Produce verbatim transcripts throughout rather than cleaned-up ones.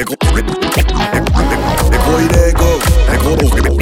les gros, les gros illégaux, les gros.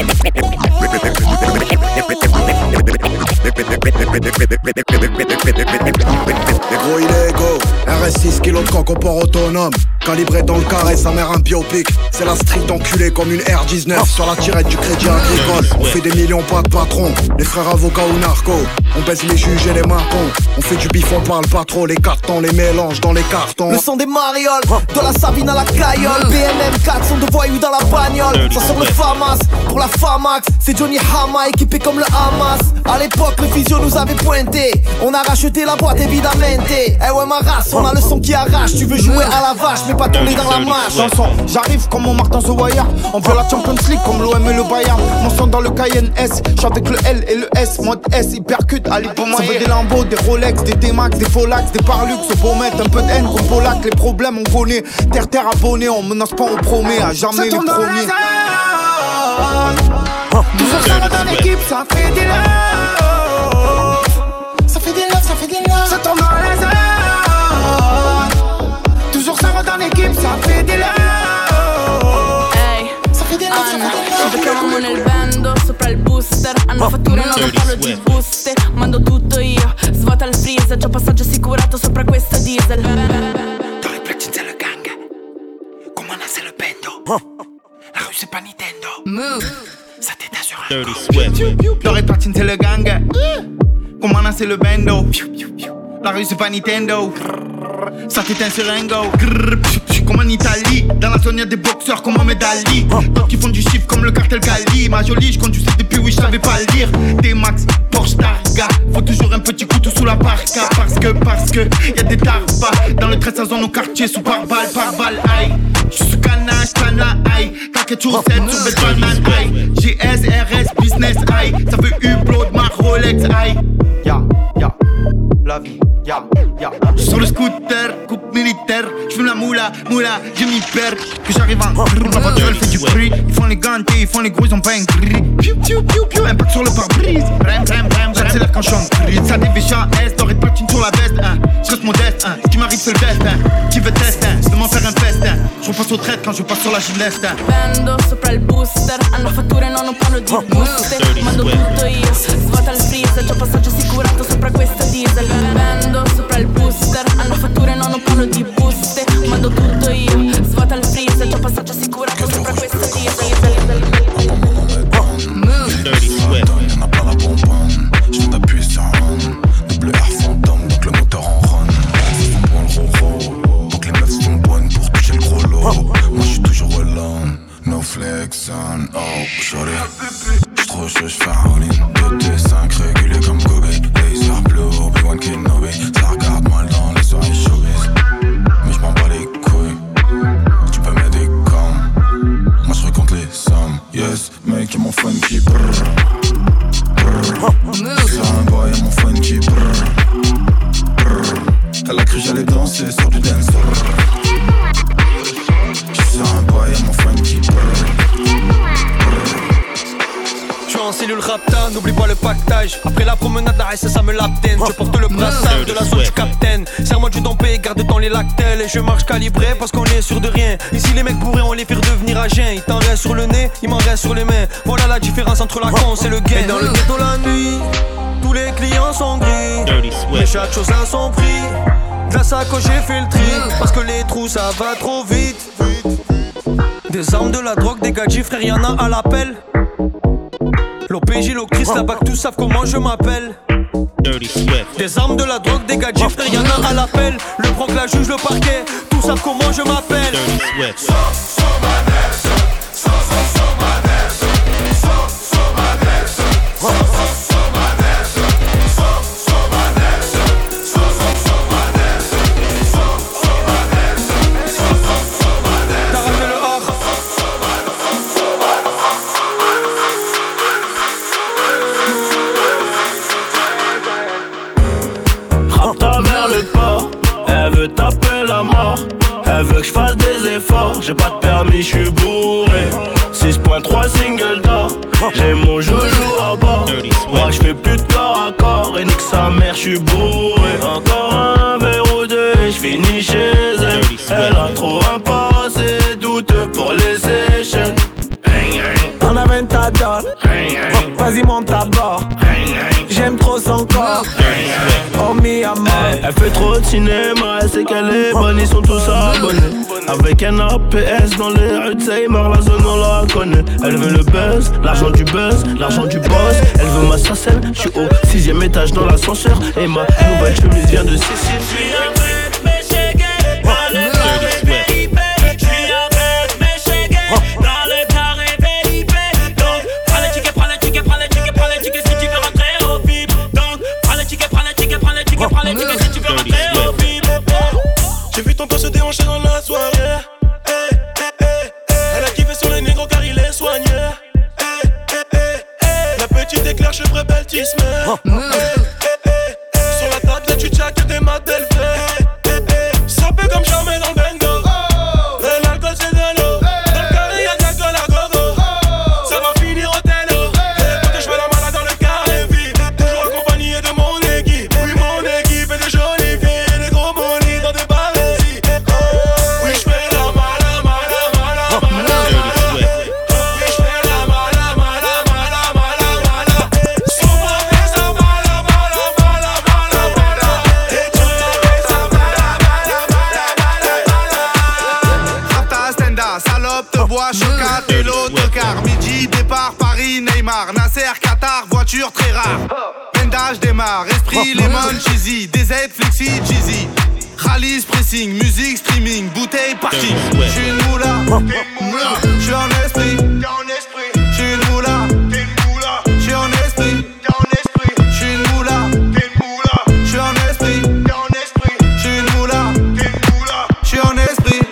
Les gros illégaux, R S six kilos de coq au port autonome. Calibré dans le carré, sa mère un biopic. C'est la street enculée comme une R dix-neuf sur la tirette du crédit agricole. On fait des millions, pas de patron. Les frères avocats ou narcos, on baise les juges et les marcons. On fait du bif, on parle pas trop. Les cartons, les mélanges dans les cartons. Le son des marioles, de la Sabine à la caillole. B M M quatre sont de voyous dans la bagnole. Ça sort le FAMAS, pour la FAMAX. C'est Johnny Hama équipé comme le Hamas. À l'époque le physio nous avait pointé. On a racheté la boîte évidemment. Eh ouais ma race, on a le son qui arrache. Tu veux jouer à la vache mais pas tomber dans la mâche. Chanson, j'arrive comme mon Martin The Wire. On veut la Champions League comme l'O M et le Bayern. Mon son dans le Cayenne S, j'suis avec le L et le S. Mode S, il percute, allez pour moi. Ça veut des Lambo, des Rolex, des D-Max, des Folax, des Parlux. Pour mettre un peu de haine comme Polak. Les problèmes on connaît, terre terre abonné. On menace pas, on promet à jamais les premiers. Toujours ça va dans l'équipe, ça fait des love. Ça fait des love, ça fait des love. Ça tombe dans la zone. Toujours ça va dans l'équipe, ça fait des love. Ehi, ça fait des love, ça fait des love. Ci becchiamo nel bando, sopra il booster. Hanno fatture, non parlo di buste. Mando tutto io, svuota il freezer. Già passaggio assicurato sopra questa diesel. Dans les platines c'est le gang. Comment on a c'est le bando. La rue c'est pas Nintendo. Move. Ça t'éteint sur un. Dans les platines c'est le gang. Comment on a c'est le bando. La rue c'est pas Nintendo. Ça t'éteint sur un go. Comme en Italie. Dans la zone y'a des boxeurs comme Mohamed Ali. D'autres qui font du chiffre comme le cartel Gali. Ma jolie, j'conduis depuis oui j'savais pas lire. D-Max, Porsche Targa. Faut toujours un petit couteau sous la parka. Parce que, parce que y'a des tarpas. Dans le treize zone au quartier sous par balle, par balle, aïe. J'suis sous canage, canne aïe. T'inquiète chaussette sur Batman, aïe. G S, R S, business, aïe. Ça veut Hublot, ma Rolex, aïe. Ya, ya, la vie. Ya, ya. Sur le scooter, coupe militaire. J'fume la moula, moula, je m'y perds. Que j'arrive en grrr, la voiture elle fait du bruit. Ils font les gantés, ils font les gros, ils ont pas un gris. Piu, piu, piu, piu, impact sur le pare-brise. Brem, brem, brem, j'accélère quand j'en crie. Ça D V H S, doré de patine sur la veste, hein. J'reste modeste, hein. Ce qui m'arrive c'est le destin. Qui veut tester, hein. C'est de m'en faire un festin. J'repasse aux traites quand je passe sur la gymnast, hein. Bando sopra il booster. Hanno fatture, no, non parlo di buste. Mando tutto io, svuota il freezer. Già passaggio assicurato sopra questa diesel. Bando sopra il booster. Hanno fatture, no, non parlo di buste. Mando tutto io, svuota il freezer. Già passaggio assicurato sopra questa diesel. Move. Dirty Swift. Y'en a plein la bonbonne. J'viens d'appuyer sur un on. Double R fantôme, donc le moteur en run. Ça sent bon le roro. Donc les meufs sont bonnes pour toucher le gros lot. Moi j'suis toujours alone. No flex on, oh, shorty. J'suis trop chaud, j'fais un all-in. deux T cinq régulier comme Kobe. Laser bleu, Obi-Wan Kenobi. Ça regarde mal dans les soirées showbiz. Mais j'm'en bats les couilles. Tu peux m'aider comme. Moi j'recompte les sommes. Yes, mec, y'a mon funky brrr. Brrr. C'est un boy, y'a mon funky brrr. Brrr. Elle a cru j'allais danser sur du dance. C'est un boy, y'a mon funky brrr. Je suis en cellule rapta, n'oublie pas le pactage. Après la promenade, la S S ça me l'abdène. Je porte le brassard de la zone du capitaine. Serre-moi du dompé, garde dans les lactelles. Et je marche calibré parce qu'on est sûr de rien. Ici les mecs bourrés, on les fait redevenir à jeun. Il t'en reste sur le nez, il m'en reste sur les mains. Voilà la différence entre la con et le gain. Et dans le ghetto la nuit, tous les clients sont gris. Mais chaque chose a son prix. De la sacoche j'ai fait le tri. Parce que les trous ça va trop vite. Des armes, de la drogue, des gadgets, frère y'en a à l'appel. L'O P J, l'Octrice, la B A C, tous savent comment je m'appelle. Des armes, de la drogue, des gadgets, frère, y'en a à l'appel. Le Bronx, la juge, le parquet, tous savent comment je m'appelle. So, so, manesse, so, so, so, manesse, so, so, manesse, so, so, so, manesse, so, so, manesse, so, so, so, manesse, so, so, manesse, so, so, so, manesse. T'as raté le or. Elle veut taper la mort, elle veut que je fasse des efforts. J'ai pas de permis, je suis bourré. six point trois single d'or, j'ai mon joujou à bord. Moi je fais plus de corps à corps et nique sa mère, je suis bourré. Encore un verre ou deux et je finis chez elle. Elle a trop un passé doux, coûteux pour les échelles. On a vingt dollars, vas-y monte à bord. J'aime trop son corps, oh mi amor. Elle fait trop de cinéma, elle sait qu'elle est bonne, ils sont tous abonnés. Avec un A P S dans les rues de Seymour, la zone on la connaît. Elle veut le buzz, l'argent du buzz, l'argent du boss. Elle veut ma sarcelle, je suis au sixième étage dans l'ascenseur. Et ma nouvelle chemise vient de Sicile. J'ai vu ton pote se déhancher dans la soirée. Hey, hey, hey. Elle a kiffé sur les négros car il est soigné. Hey, hey, hey, hey. La petite éclair, cheveux belle tisme. Hey, hey, hey. Sur la table, là tu tchas que des maths d'elle fait. Hey, hey, hey. Ça peut comme jamais dans le bendo. Et l'alcool c'est de l'eau. Dans le carré y'a de la colle à gogo. Ça va finir au télo. Quand je fais la malade dans le carré vide. Toujours accompagné de mon équipe. Oui mon équipe et des jolies filles. Des gros monis dans des bars. Chocat et l'autocar, midi départ Paris, Neymar, Nasser, Qatar, voiture très rare. Pendage démarre, esprit, lemon, cheesy, D Z, flexi, cheesy. Rallye, pressing, musique, streaming, bouteille, parking. J'suis une moula, j'suis en esprit, j'suis une moula, j'suis en esprit, j'suis une moula, j'suis en esprit, j'suis une moula, j'suis en esprit.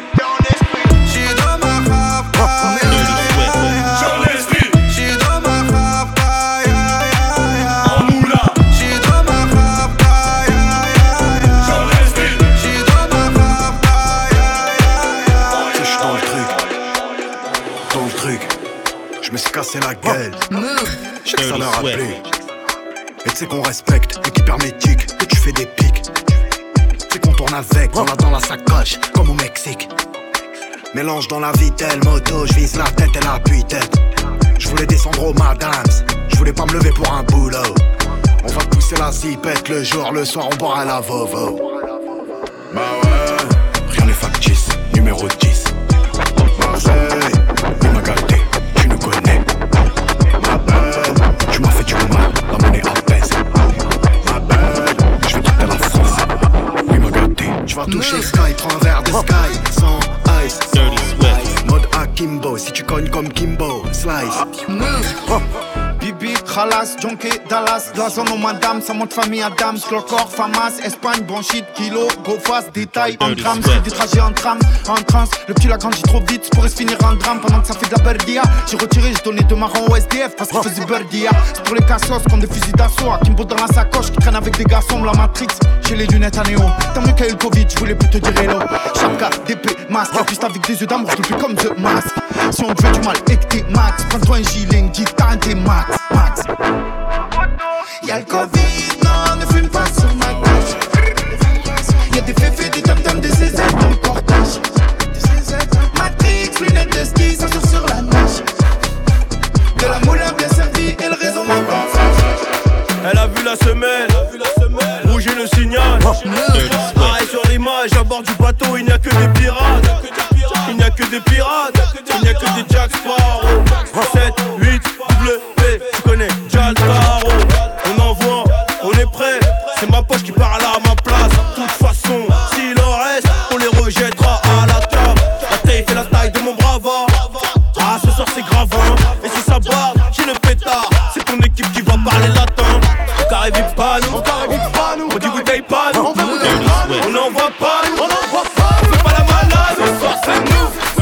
C'est la gueule, je sais que ça leur a plu. Et tu sais qu'on respecte l'équipe hermétique, que tu fais des pics. C'est qu'on tourne avec, on a dans la sacoche, comme au Mexique. Mélange dans la vitelle, moto, je vise la tête et la tête. Je voulais descendre au Madams, je voulais pas me lever pour un boulot. On va pousser la zipette le jour, le soir on boira la Vovo. Bah ouais, rien n'est factice, numéro dix. Marseille, il m'a gâté. Tu m'as fait du mal, la monnaie apaise. Ma belle, je vais quitter la France. Oui, ma gâté. Tu vas toucher Sky, prends un verre de Sky. Sans ice, ice. Mode Akimbo, si tu cognes comme Kimbo. Slice. Bibi, Khalas, Jonké, Dallas, de la zone aux madame, ça monte famille Adams, Clocor, Famas, Espagne, bronchite, kilo, go fast, détail, en grammes, c'est des trajets en tram, en trans, le petit l'a grandi trop vite, ça pourrait se finir en drame pendant que ça fait de la berdia. J'ai retiré, j'ai donné deux marrons au S D F parce qu'il faisait berdia. C'est pour les cassos comme des fusils d'assaut, Akimbo dans la sacoche, qui traîne avec des garçons, la Matrix, j'ai les lunettes à néon. Tant mieux qu'il y a eu le Covid, je voulais plus te dire hello. Chapka, D P, masque, juste avec des yeux d'amour, je te plus comme The Mask. Si on te fait du mal et que t'es max, prends-toi un gilet, une guitare, t'es max. Max. Y'a le Covid, non, ne fume pas sur ma tâche. Y'a des féfés, des tam-tams, des C Z dans le portage. Matrix, lunettes de ski, ça sort sur la nage. De la moula bien servie et le réseau m'entend. Elle a vu la semelle, bouger le signal. Pareil sur l'image, à bord du bateau, il n'y a que des pirates. Il n'y a que des pirates, il n'y a que des Jack Sparrow. sept, huit, W, tu connais Jack Sparrow. On envoie, on est prêt, c'est ma poche qui part là à ma place. De toute façon, s'il en reste, on les rejettera à la table. La taille fait la taille de mon bravard. Ah, ce soir c'est grave, hein. Et si ça barre, j'ai le pétard. C'est ton équipe qui va parler latin. Encore évite pas nous, encore évite pas nous. On dit bouteille pas nous, on veut bouteille pas nous. On n'envoie pas nous, on n'envoie pas. On fait pas la malade, ce soir c'est nous.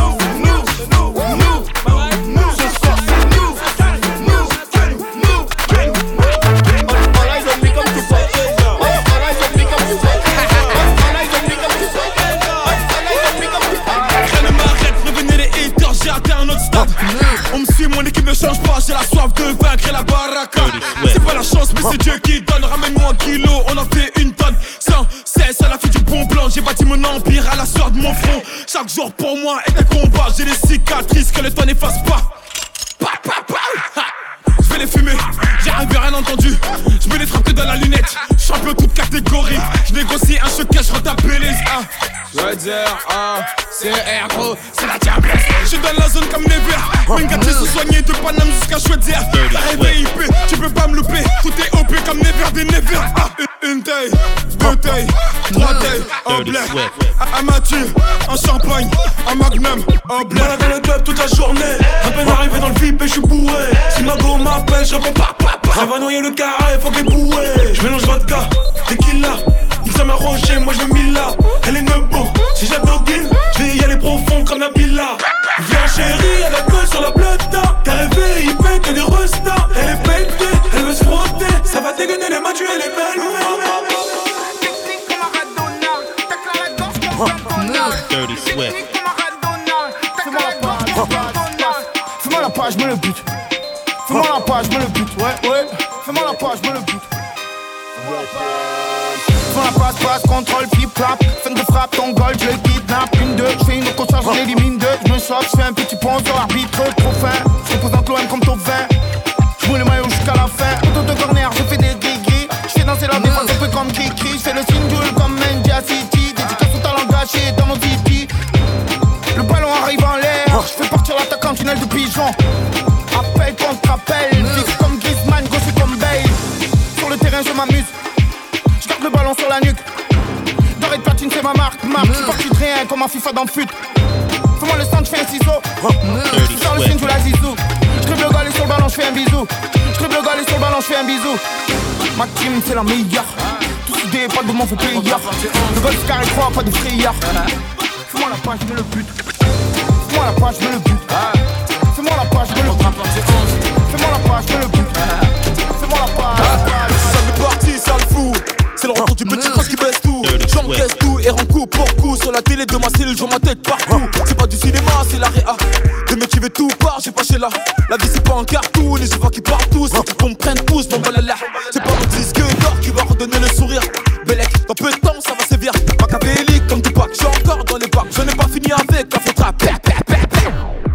On me suit, mon équipe ne change pas, j'ai la soif de vaincre et la baraka. C'est pas la chance mais c'est Dieu qui donne, ramène-moi un kilo, on en fait une tonne. Sans baisse, elle a fait du bon plan. J'ai bâti mon empire à la sueur de mon front. Chaque jour pour moi est un combat. J'ai des cicatrices que le temps n'efface pas. Pa, pa, pa. Je vais les fumer, j'ai rêvé rien entendu. Je me les frappe que dans la lunette. Champion toute catégorie. Je négocie un choc, je retape les ah. Je veux dire, ah, c'est R gros, c'est la diablesse. Je suis dans la zone comme Never. Même gâté sous soigné de Paname jusqu'à Chouette-Dire. T'arrives I P, tu peux pas me louper. Tout est O P comme Never des Never. Ah, une taille, deux tailles, trois tailles, en black, un Mathieu, en champagne, un magnum, en black. Malade dans le club toute la journée. À peine arrivé dans le V I P et je suis bourré. Si ma go m'appelle, je réponds pas, pas, pas. Ça va noyer le carré, faut qu'elle bouée. Je mélange vodka, tequila. Ça m'a roché, moi je me mille là. Elle est nebo, si j'adoguine, je vais y aller profond comme la Billa. Viens chérie, elle a gueule sur la plata. T'es rêvé, il pète, t'es des restas. Elle est pétée, elle veut se frotter. Ça va dégainer les matchs, elle est belle. Dirty Swift. Fais-moi la page, me le but. Fais-moi la page, me le but. Ouais, ouais. Fais-moi la page, me le but. Fais-moi la page. Fais-moi la passe, passe, contrôle, flip, flap. Fin de frappe, ton goal, je le kidnappe. Une, deux, je fais une autre charge, j'en élimine deux. Je me choque, je fais un petit pont sur l'arbitre, trop fin. Je représente l'O M comme top vingt. Je mets le maillot jusqu'à la fin. Auto de corner, je fais des gris-gris. Je fais danser la défense un peu comme Kiki. Je fais le single comme Mendia City. Dédicace au talent gâché dans nos titi. Le ballon arrive en l'air. Je fais partir l'attaquant tunnel de pigeon. Appel contre appel. Fixe comme Griezmann, gauche comme Bale. Sur le terrain, je m'amuse. Je garde le ballon sur la nuque. Doré de platine, c'est ma marque. Marque, c'est parti de rien comme en FIFA dans le fut. Fais-moi le stand, je fais un ciseau. Je sors le signe, je la zizou. Je dribble le gars, sur le ballon, je fais un bisou. Je dribble le gars, sur le ballon, je fais un bisou. Ma team, c'est la meilleure. Tous idées, pas de mon fait player. Le golf carré trois, pas de frayeur. Fais-moi la page, je mets le but. Fais-moi la page, je mets le but. Fais-moi la page, je mets le but. Fais-moi la page, je mets le but. Fais-moi la page. Ça m'est parti, ça le fou. C'est le retour du petit cross qui baisse tout. J'encaisse tout et rends coup pour coup. Sur la télé de ma cellule, je vois ma tête partout. C'est pas du cinéma, c'est la réa. De métier veut tout part, j'ai pas chez là. La vie c'est pas un cartoon et je vois qu'ils partent tous. C'est pour me prendre tous, mon balai là. C'est pas mon disque d'or qui va redonner le sourire. Bellec, dans peu de temps ça va sévir. Machiavélique comme Tupac, j'suis encore dans les bacs. Je n'ai pas fini avec la faute à père, père, père, père.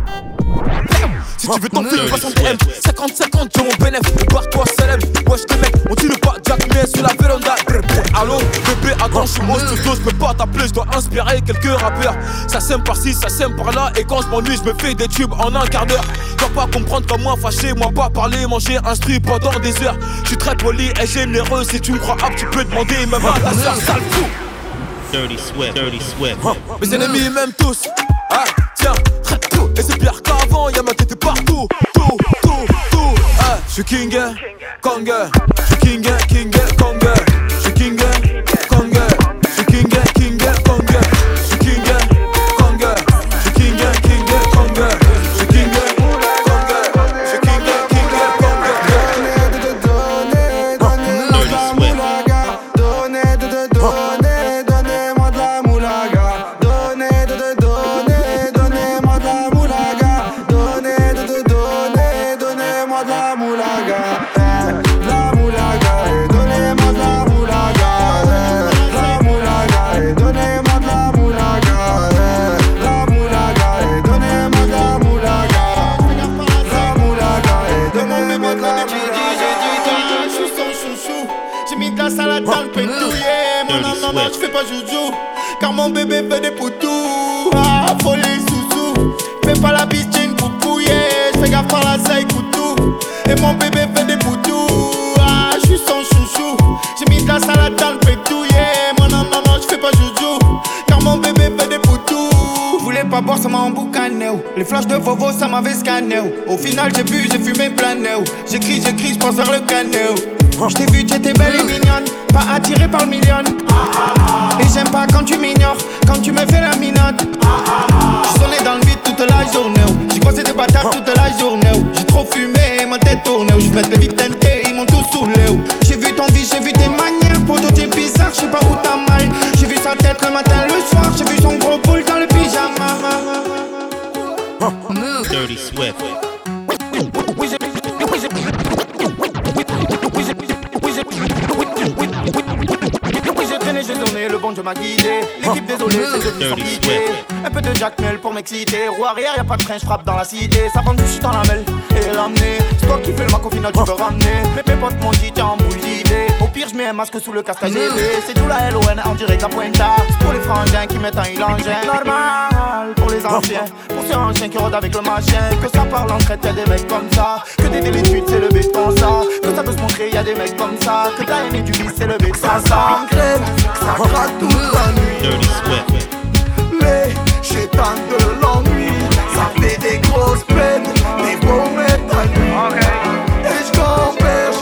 Si tu veux t'enfuir, passe en D M. cinquante cinquante, j'ai mon bénéf. Barre-toi, Salem. Wesh, t'es mec, on tire pas Jack, mais sur la véranda. Allô, bébé, attends, j'suis au studio, j'peux pas t'appeler, j'dois inspirer quelques rappeurs. Ça sème par-ci, ça sème par-là. Et quand j'm'ennuie, j'me fais des tubes en un quart d'heure. Dois pas comprendre comme moi, fâché, moi pas parler, manger, instruit pendant des heures. J'suis très poli et généreux. Si tu me crois apte, tu peux demander même à ta soeur, sale fou. Dirty Swift, Dirty Swift. Mes ennemis m'aiment tous. Ah, tiens, traite tout. Et c'est pire qu'avant, y'a ma tête partout. Tout, tout, tout. Ah, j'suis king, Kong. J'suis king, king, Kong. J'suis king, Kong. J'suis king, king, Kong. J'suis king, Kong. J'suis king, king, Kong. J'suis king, Kong. J'suis king, king, Kong. Dirty Swift. Donnez de de donner, donnez-moi de la moulaga. Donnez de de donner, donnez-moi de la moulaga. Donnez de de donner, donnez-moi de la moulaga. De la moulaga, donnez-moi de la moulaga. De la moulaga, donnez-moi de la moulaga. De la moulaga, donnez-moi de la moulaga. De la moulaga, donnez-moi de la moulaga. Je suis son chouchou. J'ai mis de la salade dans le pétouillé. Mon non, non, non, j'fais pas joujou. Car mon bébé fait des poutous. Ah, folie sous-sous. Fais pas la bitch, j'ai une poupouillée. J'fais gaffe par la saille coutou. Et mon bébé fait des poutous. Ah, j'suis son chouchou. J'ai mis de la salade dans le pétouillé. Mon non, non, non, j'fais pas joujou. Car mon bébé fait des poutous. J'voulais pas boire, ça m'a emboucané. Les flashs de Vovo, ça m'avait scanné. Au final, j'ai bu, j'ai fumé plein de nez. J'écris, j'écris, j'pense vers le canot. J't'ai vu, t'étais belle et mignonne, pas attirée par le million. Et j'aime pas quand tu m'ignores, quand tu me fais la minote. J'suis sonné dans le vide toute la journée. J'ai croisé des bâtards toute la journée. J'ai trop fumé, ma tête tournée. J'fais les vite tentés, ils m'ont tous saoulé. J'ai vu ton vie, j'ai vu tes manières. Poto, t'es bizarre, j'sais pas où t'as mal. J'ai vu sa tête le matin, le soir. J'ai vu son gros boule dans le pyjama. Dirty Swift. J'ai traîné, j'ai donné le bon bon Dieu m'a guidé. L'équipe désolé, c'est devenu sans pitié. Un peu de Jack Mel pour m'exciter. Roue arrière, y'a pas de train, j'frappe dans la cité. Ça prend du shit dans la mêle et l'amener. C'est toi qui fais le mac, au final tu peux ramener. Mais mes potes m'ont dit, t'es en boule d'idée. Au pire, j'mets un masque sous le casque à G V. C'est tout la L O N en direct à Pointa. C'est pour les frangins qui mettent un il engin. Normal pour les anciens. Pour ceux en chien qui rôdent avec le machin. Que ça parle en traite, y'a des mecs comme ça. Que des délits de fuite, c'est le but comme ça. Que ça peut se montrer, y'a des mecs comme ça. Que t'as aimé du vice, c'est le but. Ça s'encrève, ça gratte toute la nuit. Mais j'ai tant de l'ennui. Ça fait des grosses peines, des moments à nuit. Et j'campère,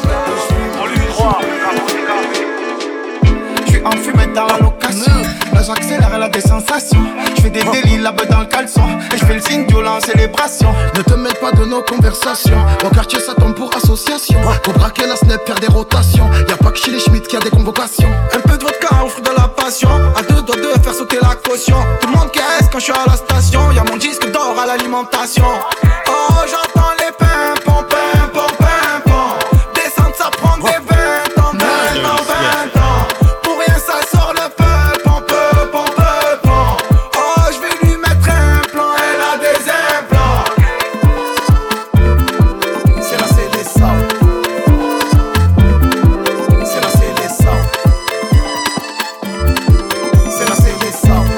je suis enfumé dans la location. Là j'accélère, elle a des sensations. Je fais des délits là-bas dans le caleçon. Et je fais le signe violent en célébration. Ne te mêle pas de nos conversations. Mon quartier ça tombe pour association. Pour braquer la snap, faire des rotations. Y'a pas que chez les Schmitt qui a des convocations. Un peu de vodka au fruit de la passion. À deux doigts de faire sauter la caution. Tout le monde caisse quand je suis à la station. Y'a mon disque d'or à l'alimentation. Oh j'entends les pimpons, pimpons, pimpons. Descendre ça prend des vingt ans, vingt ans, vingt ans. Pour rien ça sort le peupon, peupon, peupon. Oh je vais lui mettre un plan, elle a des implants. C'est là c'est les sables. C'est là c'est les sables. C'est là c'est les sables.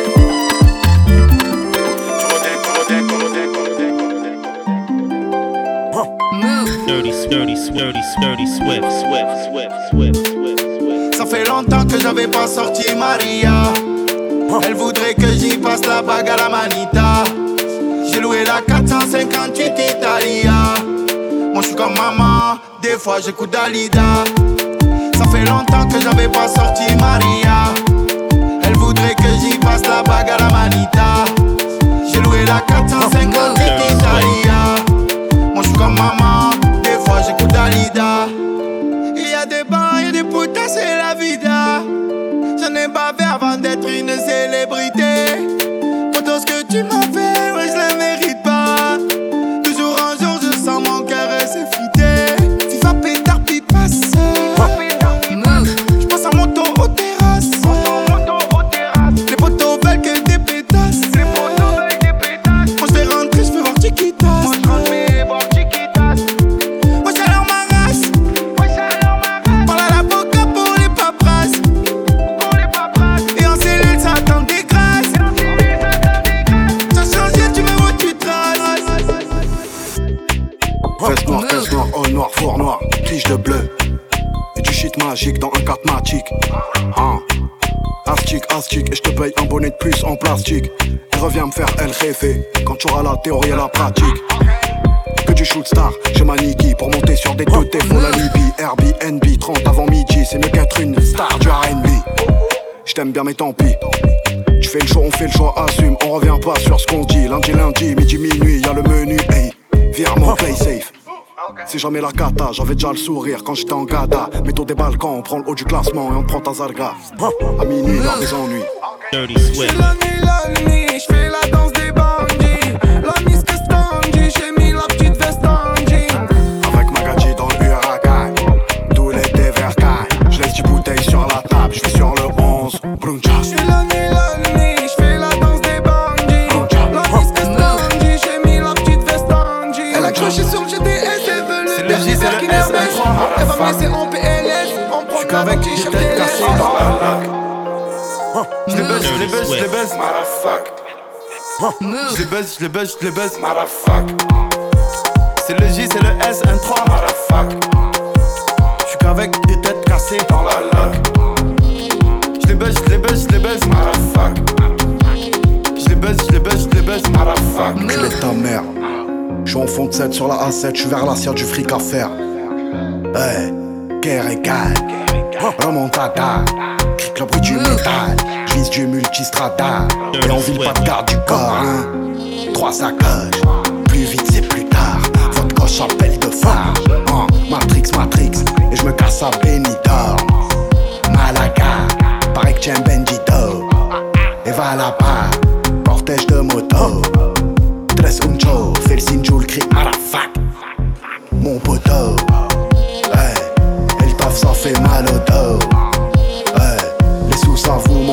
Dirty, dirty, dirty, dirty, swift, swift, swift, swift, swift. Ça fait longtemps que j'avais pas sorti Maria. Elle voudrait que j'y passe la bague à la manita. J'ai loué la quatre cent cinquante-huit Italia. Moi j'suis comme maman, des fois j'écoute Dalida. Ça fait longtemps que j'avais pas sorti Maria. Elle voudrait que j'y passe la bague à la manita. J'ai loué la quatre cent cinquante-huit Italia. Moi j'suis comme maman, des fois j'écoute Dalida. Y'a des bains, y'a des putains, c'est la vida. J'en ai bavé avant d'être une célébrité. Pourtant ce que tu m'as fait, ouais je le mérite pas. De jour en jour je sens mon cœur s'effriter. FIFA pétard puis passe. J'passe en moto aux terrasses. Les potos veulent que des pétasses. Moi j'fais rentrer, j'fais voir Chiquitas. Veste noire, caisse noire, all noir, four noir, tige de bleu. Et du shit magique dans un catmatique. Hein. Astic, astic, et je te paye un bonnet de plus en plastique. Et reviens me faire El Jefe quand tu auras la théorie et la pratique. Que du shoot star, j'ai ma Niki pour monter sur des deux T, faut la Libye. Airbnb, trente avant midi, c'est mieux qu'être une star du R and B. J't'aime bien mais tant pis. Tu fais le choix, on fait le choix, assume. On revient pas sur ce qu'on dit. Lundi, lundi, midi, minuit, y'a le menu, hey. Virement, play safe. C'est jamais la cata, j'avais déjà le sourire quand j'étais en gada. Métaux des balcons, on prend le haut du classement et on prend ta zarga. À minuit, l'heure des ennuis. Dirty swift. La nuit, la nuit, j'fais la danse des bandits. La miss que Stangy, j'ai mis la petite veste en jean. Avec Magadji dans le huracan, tous les dévercailles. J'laisse dix bouteilles sur la table, j'vais sur le onze. Bruncha. J'fais la nuit, la nuit, j'fais la danse des bandits. La miss que Stangy, j'ai mis la petite veste en jean. Elle a craché sur le G T S, elle veut le dernier verre qui n'aime pas. Elle va me laisser en P L S, on prend Avec des têtes cassées dans la lac. Je les buzz, je les buzz, je les buzz, motherfuck. Je les buzz, je les buzz, je les buzz, motherfuck. C'est le J, c'est le S, un trois, motherfuck. J'suis qu'avec des têtes cassées dans la lac. Je les buzz, je les buzz, je les buzz, motherfuck. Je les buzz, je les buzz, je les buzz, motherfuck. Je l'ai ta mère. J'suis en fond de sept sur la A sept, j'suis vers l'assiette du fric à faire. Hey, guerre et gagne. Remontada, clique le bruit du métal. J'vise du multistrada. Et on vit pas de garde du corps, hein. Trois sacoches, plus vite c'est plus tard. Votre coche appelle de phare. Hein, Matrix, Matrix. Et j'me casse à Benidorm. Malaga, pareil que tiens Bendito. Et va là-bas, cortège de moto. Tres uncho, fais le signe, le cri Arafat. Mon poteau, hey, et le taf ça fait mal au dos. Hey, les sous ça vous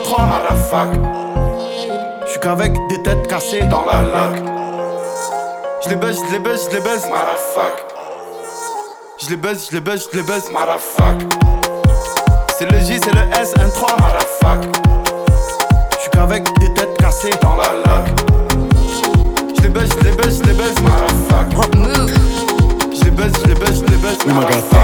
trois. J'suis qu'avec des têtes cassées dans la lac. J'les baisse, j'les baisse, j'les baisse. J'les baisse, j'les baisse, j'les baisse. C'est le J, c'est le S, un trois. J'suis qu'avec des têtes cassées dans la lac. J'les baisse, j'les baisse, j'les baisse. J'les baisse, j'les baisse, j'les baisse. Oui, ma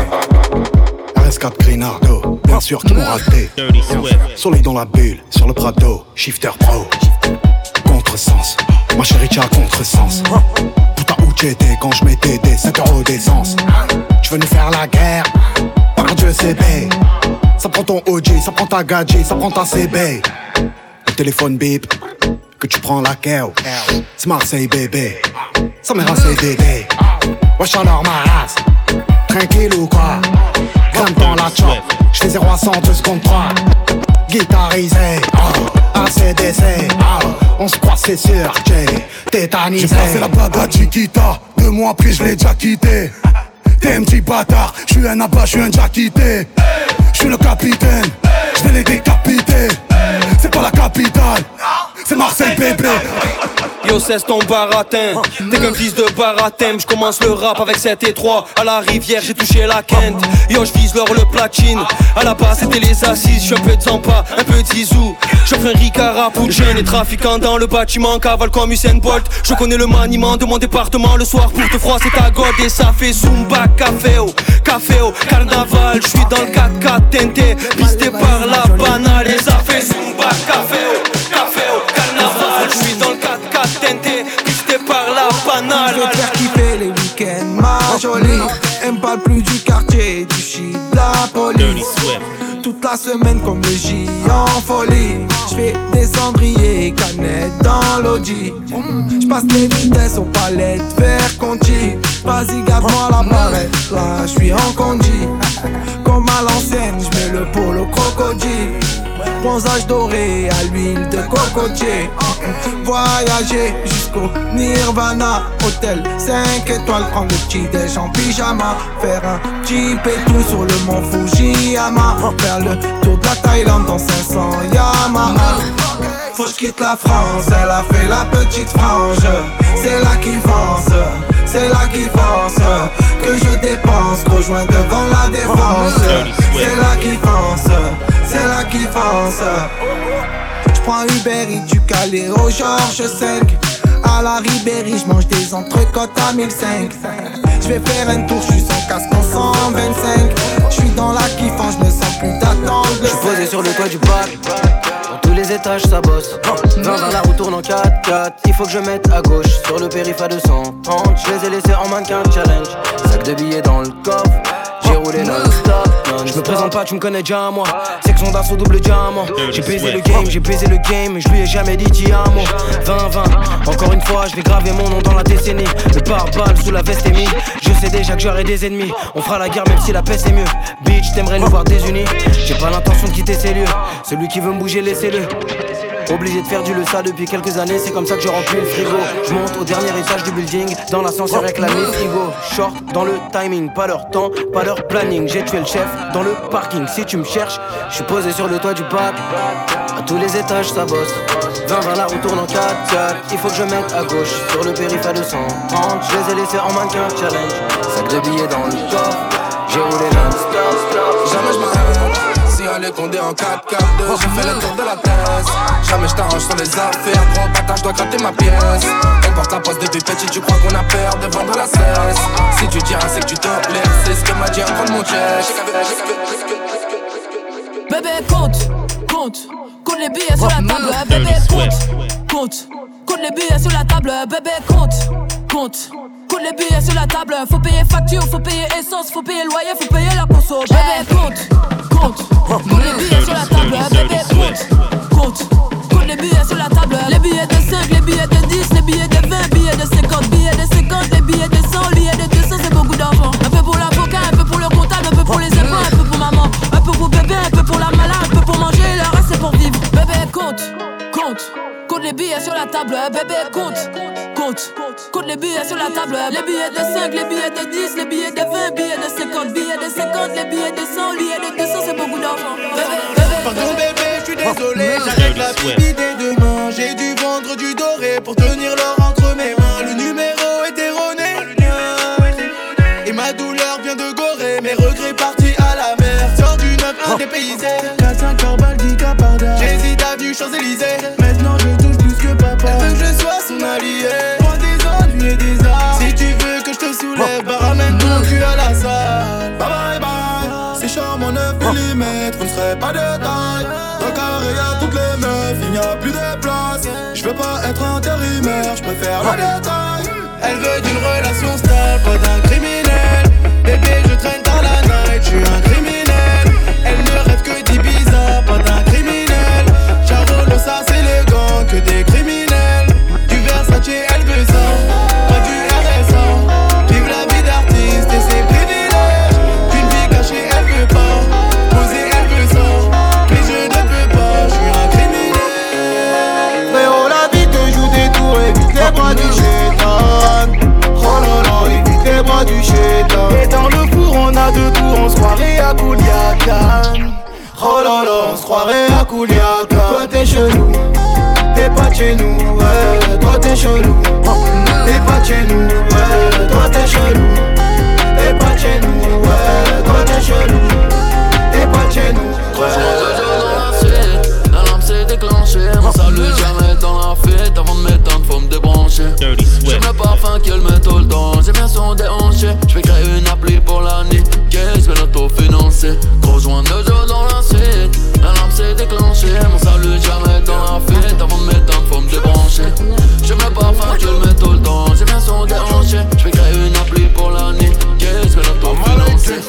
gâté. R S quatre Grinardo, bien sûr qu'ils m'ont raté. Soleil dans la bulle, sur le Prado, shifter pro. Contresens, ma chérie t'as contresens. Putain où t'étais quand je mettais des sept euros d'essence. Tu veux nous faire la guerre, par Dieu c'est B. Ça prend ton O G, ça prend ta gadget, ça prend ta C B. Le téléphone bip, que tu prends la keo. C'est Marseille bébé, ça m'est rassé Dédé. Wesh alors ma race, tranquille ou quoi? Grimpe dans la chop, j'fais zéro à cent deux secondes trois. Guitarisé, oh, A C D C, oh, on se croit c'est sûr, j'ai tétanisé. J'ai passé la blada Chiquita, deux mois après je l'ai déjà quitté. T'es un petit bâtard, j'suis un abat, j'suis un déjà quitté. J'suis le capitaine, j'vais les décapiter. C'est pas la capitale, c'est Marseille bébé. Yo cesse ton baratin, t'es qu'un fils de baratem. J'commence le rap avec sept et trois. À la rivière j'ai touché la quinte. Yo j'vise l'or le platine. À la base c'était les assises. J'suis un peu de Zampa, un peu de Zizou. J'offre un Ricard pour Jane. Les trafiquants dans le bâtiment cavale comme Usain Bolt. Je connais le maniement de mon département. Le soir pour te froisser ta gode. Et ça fait Zumba, café au, café au carnaval. J'suis dans le quatre quatre tenté, pisté par la banale. Et ça fait Zumba, café au, café au carnaval. J'suis dans le quatre quatre tenté, pisté par la banale. Je vais te faire kiffer les week-ends, ma jolie. Elle me parle plus du quartier, du shit, de la police. Toute la semaine comme le J en folie. J'fais des cendriers, canettes dans l'audi. J'passe les vitesses aux palettes vers Conti. Vas-y garde-moi la barrette, là j'suis en condi. Comme à l'ancienne, j'mets le polo crocodile. Bronzage doré à l'huile de cocotier. Voyager jusqu'au Nirvana. Hôtel cinq étoiles, prendre le petit déj en pyjama. Faire un petit pétou sur le mont Fujiyama. Faire le tour de la Thaïlande dans cinq cents Yamaha. Faut que j'quitte la France, elle a fait la petite frange. C'est là qu'il pense, c'est là qu'il pense. Que je dépense, rejoins devant la défense. C'est là qu'il pense, c'est là qu'il pense. J'prends Uber Eats du Calais au Georges cinq. À la Ribéry, j'mange des entrecôtes à mille cinq. J'vais faire un tour, j'suis sans casque en cent vingt-cinq. J'suis dans la kiffant, j'me sens plus d'attendre. J'suis posé sur le toit du bac. Dans tous les étages ça bosse. vingt vers la roue tourne en quatre quatre. Il faut que je mette à gauche. Sur le périph' à deux cent trente. J'les ai laissés en mannequin challenge. Sac de billets dans le coffre. J'ai roulé non-stop. Je me présente pas, tu me connais déjà moi. Section d'assaut double diamant. J'ai baisé le game, j'ai baisé le game. Je lui ai jamais dit t'y amo. vingt vingt, encore une fois je vais graver mon nom dans la décennie. Le pare-balles sous la veste est mis. Je sais déjà que j'aurai des ennemis. On fera la guerre même si la paix c'est mieux. Bitch t'aimerais nous voir désunis. J'ai pas l'intention de quitter ces lieux. Celui qui veut me bouger laissez-le. Obligé de faire du le ça depuis quelques années, c'est comme ça que je remplis le frigo. Je monte au dernier étage du building, dans l'ascenseur avec la Mifigo. Short dans le timing, pas leur temps, pas leur planning. J'ai tué le chef dans le parking, si tu me cherches, je suis posé sur le toit du bac. À tous les étages ça bosse. vingt vingt la roue tourne en quatre quatre. Il faut que je mette à gauche, sur le périph' à deux cent trente. Je les ai laissés en mannequin challenge. Sac de billets dans le coffre. J'ai roulé non-stop. Jamais je m'arrête. Si on est condé en quatre quatre deux, j'ai fait le tour de la thèse. Jamais je t'arrange sur les affaires. Gros bâtard, je dois gratter ma pièce. On porte la poste depuis petit, tu crois qu'on a peur de vendre la cesse. Si tu diras c'est que tu te laisses. C'est ce que m'a dit un grand de mon chest. Bébé compte, compte, compte les billets sur la table. Bébé compte, compte, compte les billets sur la table. Bébé compte, compte, compte les billets sur la table. Faut payer facture, faut payer essence, faut payer loyer, faut payer la conso. Bébé compte, compte, compte les billets sur la table. Bébé compte, compte, compte les billets sur la table. Les billets de cinq, les billets de dix, les billets de vingt, billets de cinquante, billets de cinquante, les billets de cent, billets de deux cents, c'est beaucoup d'argent. Un peu pour l'avocat, un peu pour le comptable, un peu pour les impôts, un peu pour maman, un peu pour bébé, un peu pour la malade, un peu pour manger, le reste c'est pour vivre. Bébé compte, compte, compte les billets sur la table. Bébé compte, compte, compte les billets sur la table. Les billets de cinq, les billets de dix, les billets de vingt, billets de cinquante, billets de cinquante, les billets de cent, billets de deux cents, c'est beaucoup d'argent. Bébé, bébé, pardon bébé, je suis désolé, pour tenir l'or entre mes mains. Le numéro est erroné et ma douleur vient de Gorée. Mes regrets partis à la mer. Sors du neuf indépaysé, quatre cinq heures baldi caparda. J'hésite avenue Champs-Élysées. Maintenant je touche plus que papa. Elle veut que je sois son allié. Moi des ennuis et des arts. Si tu veux que je te soulève, bah ramène ton cul à la salle. Bye bye bye. C'est charmant neuf millimètres, vous ne serez pas de taille. Dans le carré y'a toutes les meufs, il n'y a plus de place. Je veux pas être intérimaire, je préfère le détail. Elle veut d'une relation stable, pas d'un criminel. Bébé je traîne dans la night, je suis un criminel. Elle ne rêve que d'Ibiza, pas d'un criminel. Charolo ça c'est le gang, que des criminels. Du Versace elle veut ça, pas du R S A. Vive la vie d'artiste et ses privilèges. D'une vie cachée elle veut pas, poser elle veut ça. Mais je ne peux pas, je suis un criminel. Frérot la vie te joue des tours, évite les bras du chétan. Oh là là, évite les bras du chétan. Et dans le four on a deux tours, on se croirait à Kouliakan. Oh là là, on se croirait à Kouliakan. Toi t'es chelou, t'es pas de chez nous, ouais. Toi t'es chelou, t'es pas de chez nous, ouais. Toi t'es chelou, t'es pas de chez nous, ouais. Toi t'es chelou, t'es pas de chez nous, ouais. La lampe s'est déclenchée, mon salut jamais dans la fête. Avant de m'éteindre faut me débrancher. J'aime le parfum qu'elle met tout le temps, j'ai bien son déhanché. J'vais créer une appli pour la niquer, j'vais l'autofinancer. Gros joint de jeu dans la suite. La lampe s'est déclenchée, mon salut jamais dans la fête. Avant de m'éteindre faut me débrancher. J'aime le parfum qu'elle met tout le temps, j'ai bien son déhanché. J'vais créer une appli pour la niquer, j'vais l'autofinancer.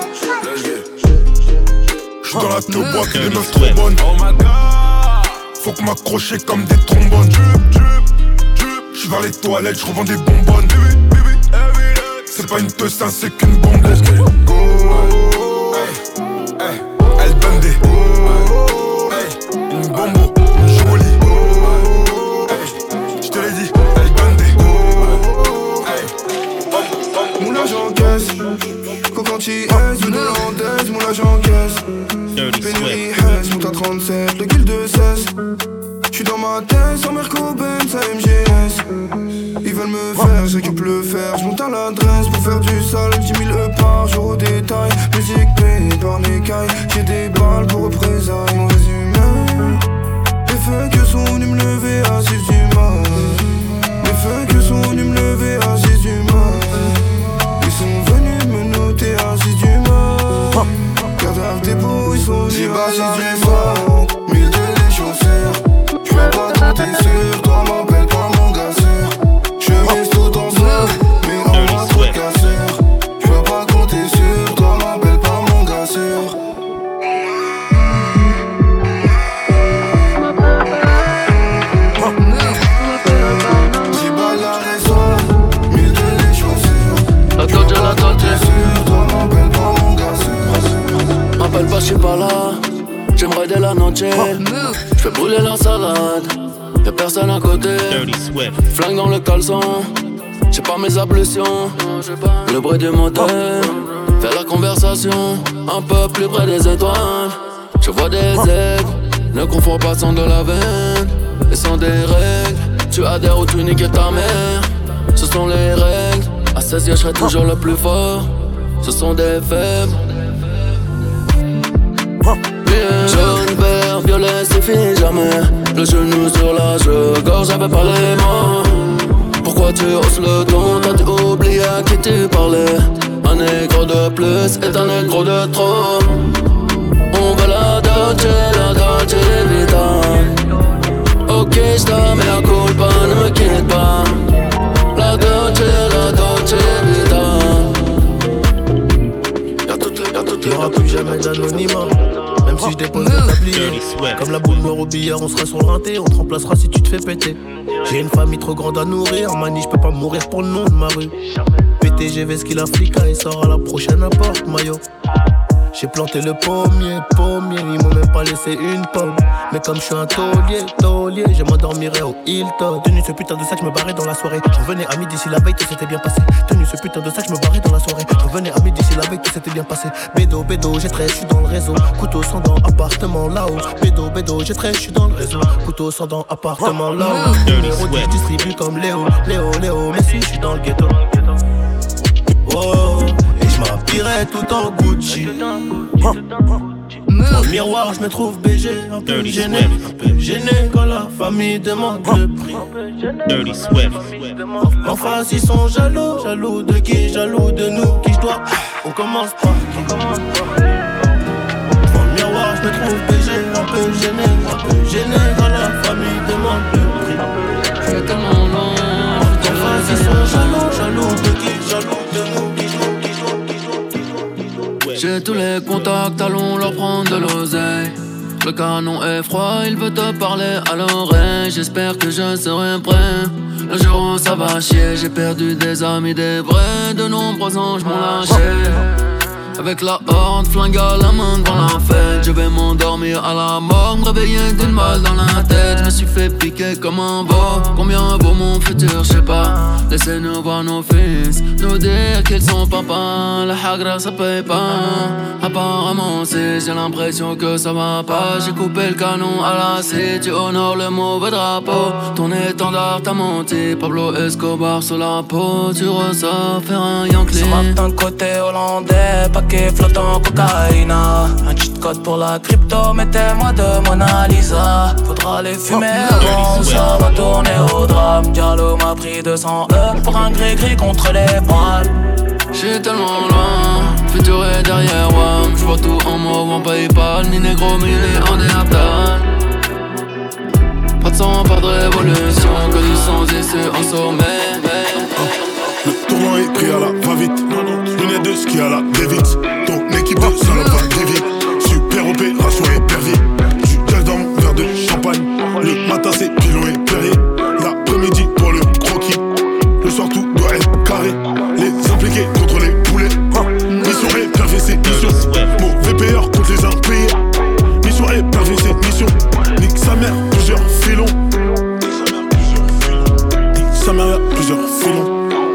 J'suis dans la te bois que les meufs trop bonnes. Oh my god. Faut que m'accrocher comme des trombones. J'suis vers les toilettes, j'revends des bonbonnes. C'est pas une teuse, c'est qu'une bombe. Let's get it. Go. Hey. Hey. Elle donne des hey. Une bombo, jolie. Hey. J'te l'ai dit, elle donne des hey. Moulage en caisse, cocanti S, une hollandaise, moulage en caisse. Pénurie Hess, monte à trente-sept, le kill de seize. J'suis dans ma tête, sans Merco Benz, à M G S. Ils veulent me faire, j'occupe le fer. J'monte à l'adresse pour faire du sale. Dix mille E par jour au détail. Musique payée par les cailles. J'ai des balles pour représailles. Mon résumé, les feux que sont venus me lever à six du mat. Les feux que sont venus me lever à six du mat. Ils sont venus me noter à six du mat. Cadavre dépôt, ils sont venus à six du mat. Mille de les chaussures, j'vais pas compter sur toi, m'appelle pas mon gars sûr. J'mise tout en sort, mais en moi trop cassure. J'vais pas compter sur toi, m'appelle pas mon gars sûr. J'ai pas la raison, mille de les chaussures. La Dolce, la Dolce. Sur toi, m'appelle pas mon gars sûr. M'appelle pas, j'suis pas là. J'aimerais de la noche. J'fais brûler la salade. Y'a personne à côté. Flingue dans le caleçon. J'ai pas mes ablutions. Le bruit du moteur fait la conversation. Un peu plus près des étoiles. Je vois des aigles. Ne confonds pas sans de la veine et sans des règles. Tu adhères ou tu niques ta mère. Ce sont les règles. À seize ans je serai toujours le plus fort. Ce sont des faibles. Jaune, vert, violet, c'est fini jamais. Le genou sur la je gorge, j'avais pas les mots. Pourquoi tu hausses le ton? T'as-tu oublié à qui tu parlais? Un négro de plus est un négro de trop. On veut la Dolce, la Dolce Vita. Ok, j't'aime, mais la culpa ne me quitte pas. La Dolce, la Dolce Vita. Y'a toutes les, y'a toutes les. Y'aura plus jamais d'anonymat. Même si je dépose le tablier. Comme la boule noire au billard, on sera sur le rinté. On te remplacera si tu te fais péter. J'ai une famille trop grande à nourrir. Mani, je peux pas mourir pour le nom de ma rue. P T G V, ce qu'il a flica. Il sort à la prochaine apporte maillot. J'ai planté le pommier, pommier, ils m'ont même pas laissé une pomme. Mais comme je suis un taulier, taulier, je m'endormirai au Hilton. Tenu ce putain de sac, je me barrais dans la soirée. Je revenais à midi si la veille tout s'était bien passé. Tenu ce putain de sac, je me barrais dans la soirée. Je revenais à midi si la veille tout s'était bien passé. Bédo, bédo, j'ai treize, je suis dans le réseau. Couteau sans dents, appartement là-haut. Bédo, bédo, j'ai treize, je suis dans le réseau. Couteau sans dents, appartement là-haut. Numéro dix, distribue comme Léo, Léo, Léo. Mais si, je suis dans le ghetto. Oh, et je m'habillerai tout en Gucci. Dans le miroir, je me trouve B G, un peu gêné, un peu gêné quand la famille demande le prix. Dirty Swift. En face, ils sont jaloux, jaloux de qui, jaloux de nous, qui je dois. On commence pas, on commence pas. Dans le miroir, je me trouve B G, un peu gêné, un peu gêné quand la famille demande le prix. Je suis tellement loin. En face, ils sont jaloux, jaloux de qui, jaloux de nous, qui je dois. J'ai tous les contacts, allons leur prendre de l'oseille. Le canon est froid, il veut te parler à l'oreille. J'espère que je serai prêt le jour où ça va chier. J'ai perdu des amis, des vrais. De nombreux anges m'ont lâché. Avec la horde, flingue à la main devant la fête. Je vais m'endormir à la mort, me réveiller d'une balle dans la tête. Je me suis fait piquer comme un veau. Combien vaut mon futur, je sais pas. Laissez-nous voir nos fils, nous dire qu'ils sont papa. La hagra ça paye pas. Apparemment si j'ai l'impression que ça va pas. J'ai coupé le canon à la scie. Tu honores le mauvais drapeau. Ton étendard t'a menti. Pablo Escobar sur la peau. Tu ressors faire un Yankee. D'un côté hollandais, paquet flottant cocaïne. Un cheat code pour la crypto, mettez-moi de Mona Lisa. Faudra les fumer avant, ça va tourner au drame. Diallo m'a pris deux cents euros pour un gris-gris contre les poils. J'suis tellement loin, futur est derrière moi. J'vois tout en mauve, en Paypal, ni négro, ni en déaptal. Pas de sang, pas de révolution, que du sang ici en sommet. Le tournoi est pris à la va-vite. Lunettes de ski à la David. Ton équipe de salope va grévy. Super opération et pervie. Tu gagnes dans mon verre de champagne. Le matin c'est pilon et perrier. L'après-midi pour le croquis. Le soir tout doit être carré. Les impliqués contre les poulets. Mission épervée c'est mission. Mauvais payeur contre les impayés. Mission épervée c'est mission. Nique sa mère plusieurs filons. Nique sa mère y'a plusieurs filons.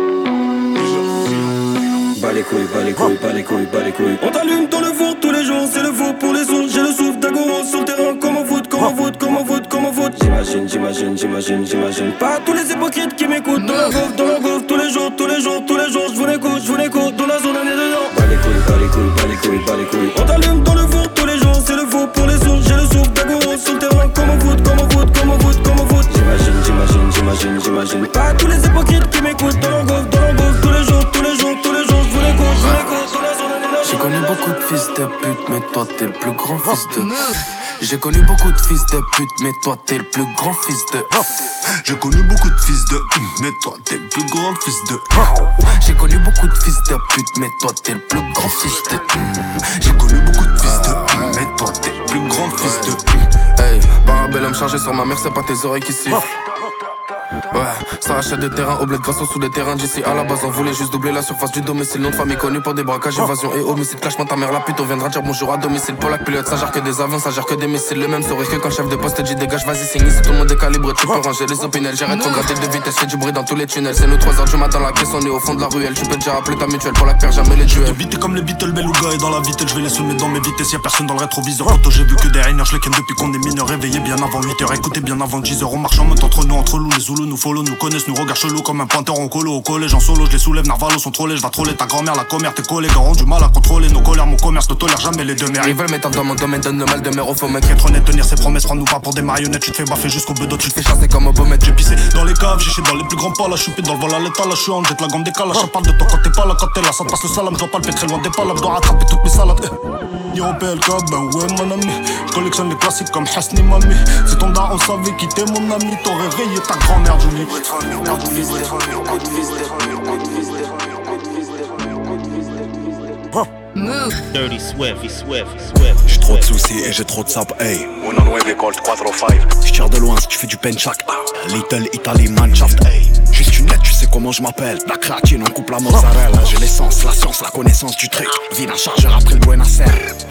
Bas les couilles, bas les couilles, bas les couilles, bas les couilles. On t'allume dans le four tous les jours, c'est le four pour les sourds. J'ai le souffle d'Agoro sur le terrain, comme au foot, comme au foot, comme au foot, comme au foot. J'imagine, j'imagine, j'imagine, j'imagine. Pas tous les hypocrites qui m'écoutent. Dans la gaufre, dans la gaufre, tous les jours, tous les jours, tous les jours. Je vous l'écoute, je vous l'écoute, dans la zone on est dedans. Bas les couilles, bas les couilles, bas les couilles, bas les couilles. On t'allume dans le four tous les jours, c'est le four pour les sourds. J'ai le souffle d'Agoro sur le terrain, comme au foot, comme au foot, comme au foot, comme au foot. J'imagine, j'imagine, j'imagine, j'imagine. Pas tous les hypocrites qui m'écoutent. Dans la gaufre, dans la gaufre, tous les jours, tous les jours, tous les jours. Je vous l'écoute, je vous l'écoute. J'ai connu beaucoup de fils de pute, mais toi t'es le plus grand fils de. J'ai connu beaucoup de fils de pute, mais toi t'es le plus grand fils de. J'ai connu beaucoup de fils de, mais toi t'es le plus grand fils de. J'ai connu beaucoup de fils de pute, mais toi t'es le plus grand fils de. J'ai connu beaucoup de fils de, mais toi t'es le plus grand fils de. Hey, Barabellum chargé sur ma mère, c'est pas tes oreilles qui sifflent. Ouais, ça achète des terrains au bled grâce sous des terrains d'ici. À la base on voulait juste doubler la surface du domicile. Nom de famille connu pour des braquages, évasion et homicide. Clashement ta mère la pute, on viendra dire bonjour à domicile. Polak pilote, ça gère que des avions, ça gère que des missiles. Le même sourire que quand le chef de poste dit dégage, vas-y signe. Si tout le monde est calibré, tu peux ranger les opinels. J'ai rétrogradé de vitesse, fait du bruit dans tous les tunnels. C'est nous trois heures du matin, la caisse, on est au fond de la ruelle. Tu peux déjà appeler ta mutuelle, Polak perd jamais les duels. Vite comme les Beatles, Beluga et dans la vitelle, je vais les semer dans mes vitesses. Y'a personne dans le rétroviseur. Auto, j'ai vu que des rainers, je les ken depuis qu'on est mineurs. Réveillé bien avant huit heures, écoutez bien avant dix heures. On marche en mode entre nous, entre loups, les Zoulous nous follow, nous connaissent, nous regardent chelou comme un pointeur en colo. Au collège en solo, je les soulève, Narvalo sont trollés. Je vais troller ta grand-mère, la commère, tes collègues auront du mal à contrôler nos colères. Mon commerce ne tolère jamais les deux mères. Ils veulent mettre dans mon domaine, donne le mal de mer au faux mec. Être honnête, tenir ses promesses, prends-nous pas pour des marionnettes. Tu te fais baffer jusqu'au bedeau, tu te fais chasser comme au Beaumet. J'ai pissé dans les caves, j'ai chié dans les plus grands pas. Là, je suis dans le vol à l'état, là, je suis en jet, la gomme des calages. Je parle de toi quand t'es pas là, quand t'es là, ça passe le salam. Je dois pas le très loin des palabres, je dois rattraper toutes mes salades. Yo, P L K, ben ouais, mon ami. Je collectionne les classiques comme Hasni Mami. C'est ton daron, savait qui t'es mon ami. T'aurais rayé ta grand-mère, Julie. Dirty Swift, Swift, Swift. J'ai trop de soucis et j'ai trop de sap, hey. Uno nueve Colt quatre cinq. J'tire de loin si tu fais du penchak. Little Italy Manshaft, hey. Juste une lettre, tu sais comment je m'appelle. La créatine, on coupe la mozzarella. J'ai l'essence, la science, la connaissance du truc. Vine un chargeur après le Buenos Aires.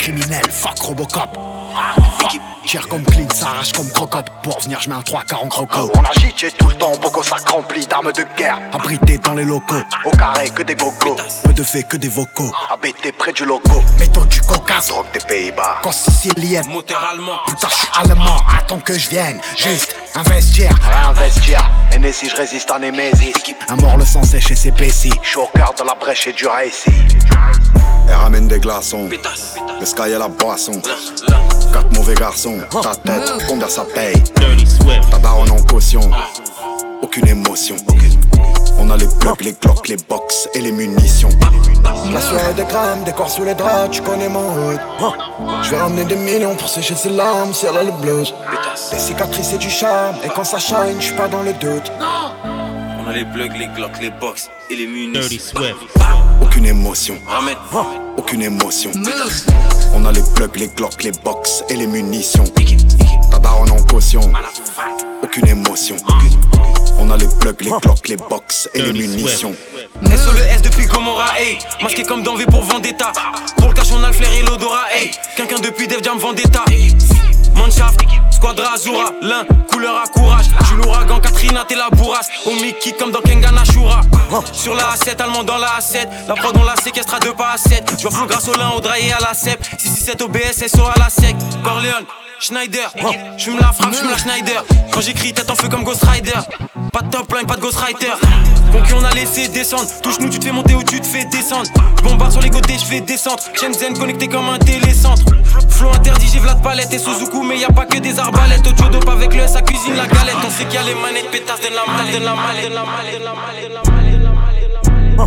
criminel, fuck Robocop. Tire comme clean, s'arrache comme crocop. Pour venir, je mets un trois quarts en croco. On agit, j'ai tout le temps, beaucoup sac rempli d'armes de guerre. Abrité dans les locaux, au carré que des gogos. Peu de faits que des vocaux, habité près du logo. Méthode du Caucase, drogue des Pays-Bas. Quand sicilienne, moteur allemand. Putain, je suis allemand, attends que je vienne. Juste investir, investir. Et né si je résiste en Némésis. Un mort le sang sèche et s'épaissit. Je suis au cœur de la brèche et du récit. Elle ramène des glaçons, le sky et la boisson. Quatre mauvais garçons, ta tête, combien ça paye? Ta daronne en caution, aucune émotion. On a les plugs, les glocks, les box et les munitions. La soirée des grammes, des corps sous les draps, tu connais mon hood. Je vais ramener des millions pour sécher ses larmes si elle a le blues. Des cicatrices et du charme, et quand ça shine, je suis pas dans le doute. On a les plugs, les glocks, les box et les munitions. Aucune émotion, aucune émotion. On a les plugs, les glocks, les box et les munitions. Ta daronne en caution, aucune émotion. On a les plugs, les glocks, les box et les munitions. S O le S depuis Gomorrah, hey. Masqué comme dans V pour Vendetta. Pour le cash on a le flair et l'odorat, hey. Quelqu'un depuis Def Jam Vendetta. Manshaft, Squadra Azura, l'un, couleur à courage. J'suis l'ouragan, Katrina, t'es la bourrasse. Au Mickey comme dans Kengan Ashura. Sur la A sept, allemand dans la A sept. La prod on la séquestre à deux pas à sept. J'vois flou grâce au lin, au draillé à la cep. six six sept O B S, S O à la sec. Corleone, Schneider, j'fume la frappe, j'fume la Schneider. Quand j'écris tête en feu comme Ghost Rider. Pas de top line, pas de Ghost Rider. Concu on a laissé descendre. Touche-nous, tu te fais monter ou tu te fais descendre. J'bombarde sur les côtés, j'fais descendre. Shenzhen connecté comme un télécentre. Flow interdit, j'ai Vlad Palette et Suzuku. Mais y'a pas que des arbalètes. Au dope avec le sa cuisine, la galette. On sait qu'il y a les manettes, pétasses, de la malle, de la malle, de la malle, de la malle, de la malle, de la malle.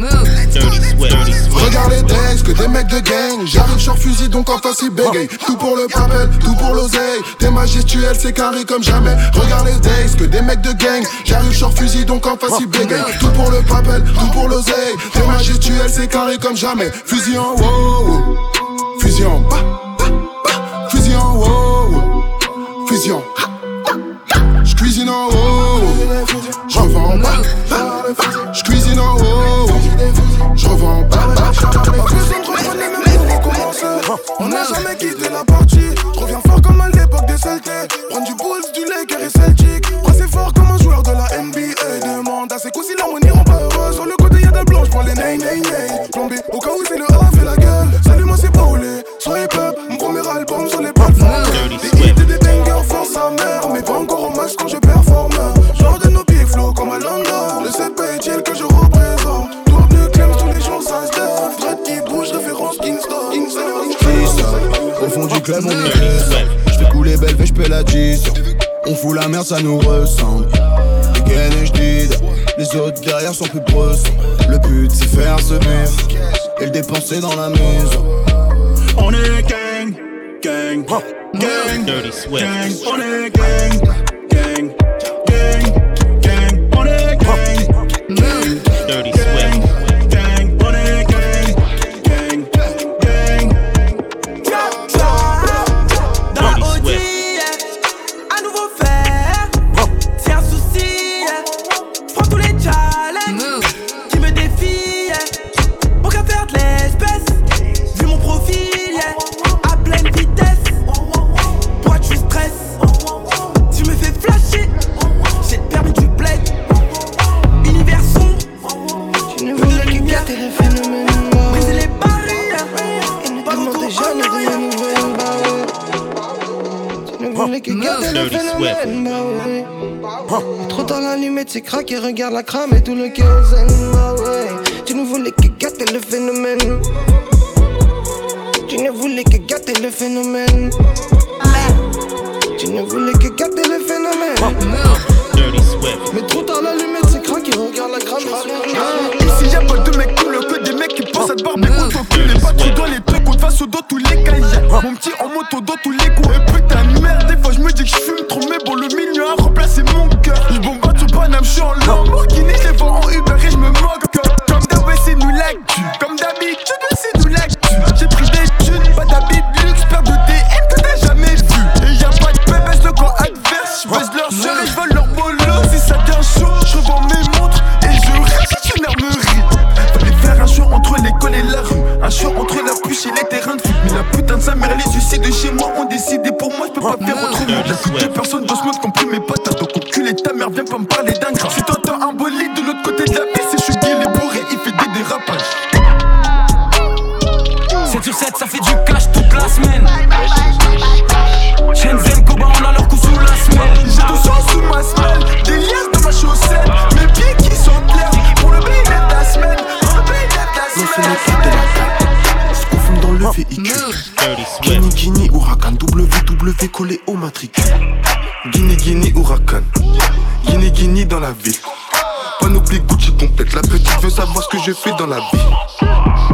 Regarde les decks, que des mecs de gang. J'arrive sur fusil donc en face ils bégayent. Tout pour le papel, tout pour l'oseille. T'es majestuel, c'est carré comme jamais. Regarde les decks, que des mecs de gang. J'arrive sur fusil donc en face ils bégayent. Tout pour le papel, tout pour l'oseille. T'es majestuel, c'est carré comme jamais. Fusil en wow, fusil en bas, fusil en wow, fusil en j'cuisine en haut, j'revends en bas. J'cuisine en haut, j'revends en bas. Pas besoin de reprendre les mêmes pour recommencer. On n'a jamais quitté la partie. J'reviens fort comme à l'époque des Celtics. Prendre du Bulls, du Lakers et Celtic. Passer fort comme un joueur de la N B A. Demande à ses coups si l'harmonie rend pas heureux. Sur le côté y'a des blancs, j'prends les nains, nains, nains. Plombé au cas où c'est le A, fait la gueule. Salut moi c'est pas roulé, soyez peuple. Mon premier album sur les plateformes. Des hits et des bangers, force sa mère. Mais pas encore au max quand je performe. Genre de nos pieds flow comme à London. Le sept P H L que je représente. Tour de Clems, tous les jours ça se lève. Dread qui bouge, référence Kingston. Kingston. Au fond du club on est. J'fais couler belle, fais j'paie la dix. On fout la merde, ça nous ressemble. Les gaines et j'dide. Les autres derrière sont plus brosses. Le but c'est faire ce bif et le dépenser dans la maison. On est gang, gang, gang, Dirty Swift. Gang, on est gang, gang, gang, gang, on est gang, gang, Dirty Swift. Gang, on est gang, gang, gang. Dans la Audi, un nouveau fer. C'est un souci. Prends tous les challenges qui me défient. Aucun faire de l'espèce. Vu mon profil, à pleine vitesse. Toi tu stresses. Tu me fais flasher. J'ai le permis du bled. Univers sombre. Tu ne voulais que gâter le phénomène. Briser les barrières. Et ne demandez jamais de nouvelles. Tu ne voulais que gâter le phénomène. Bah ouais. Trop dans la limite, c'est craqué. Regarde la crame et tout le kérosène. Bah ouais. Tu ne voulais que gâter le phénomène. Tu ne voulais que gâter le phénomène. Tu ne voulais que gâter le phénomène. Mais trop dans la limite, c'est craqué. Regarde la crame. Ici y'a pas de mecs cool que des mecs qui pensent à te barrer. Mais on t'encule pas trop dans les trucs. On te fasse au dos tous les cailles. Mon petit en moto dans tous les coups. Et putain merde, des fois j'me dis que j'fume trop. Mais bon, le milieu a remplacé mon cœur. J'bombarde sur Paname, j'suis en Lamborghini. J'les vends en Uber et j'me moque. Comme d'hab, c'est nous l'actu. Comme d'habitude, c'est nous l'actu. J'ai pris des thunes, pas d'habits de luxe. Paire de D M que t'as jamais vu. Et y'a pas de pépès, le camp adverse. J'baisse leur sœur et j'vole leur bolo. Si ça devient chaud, j'revends mes montres. Et je rachète une armerie. Fallait faire un choix entre l'école et la rue. Un choix entre la pluie et les terrains de foot. Mais la putain de sa mère, les suicides de chez moi ont décidé pour moi, je peux pas faire autrement. J'ai que deux personnes dans ce monde qui ont pris mes potes. Donc enculé ta mère, viens pas me parler d'un gras. Si t'entends un bolide de l'autre côté de la piste, c'est je suis gay, les bourrés, il fait des dérapages. sept sur sept, ça fait du cash toute la semaine. Shenzhen, Koba, on a leur coup sous la semelle. J'ai tout ça sous ma semelle, des liasses dans ma chaussette. Mes pieds qui sont clairs, pour le billet de la semaine. Pour le billet de la semaine. Non, c'est le truc de la tête, se confondent dans le véhicule. Guinée, Guinée, Huracan, W W collé au matricule. Guinée, Guinée, Huracan, Guinée, Guinée dans la ville. Panoplie Gucci complète, la petite veut savoir ce que je fais dans la vie.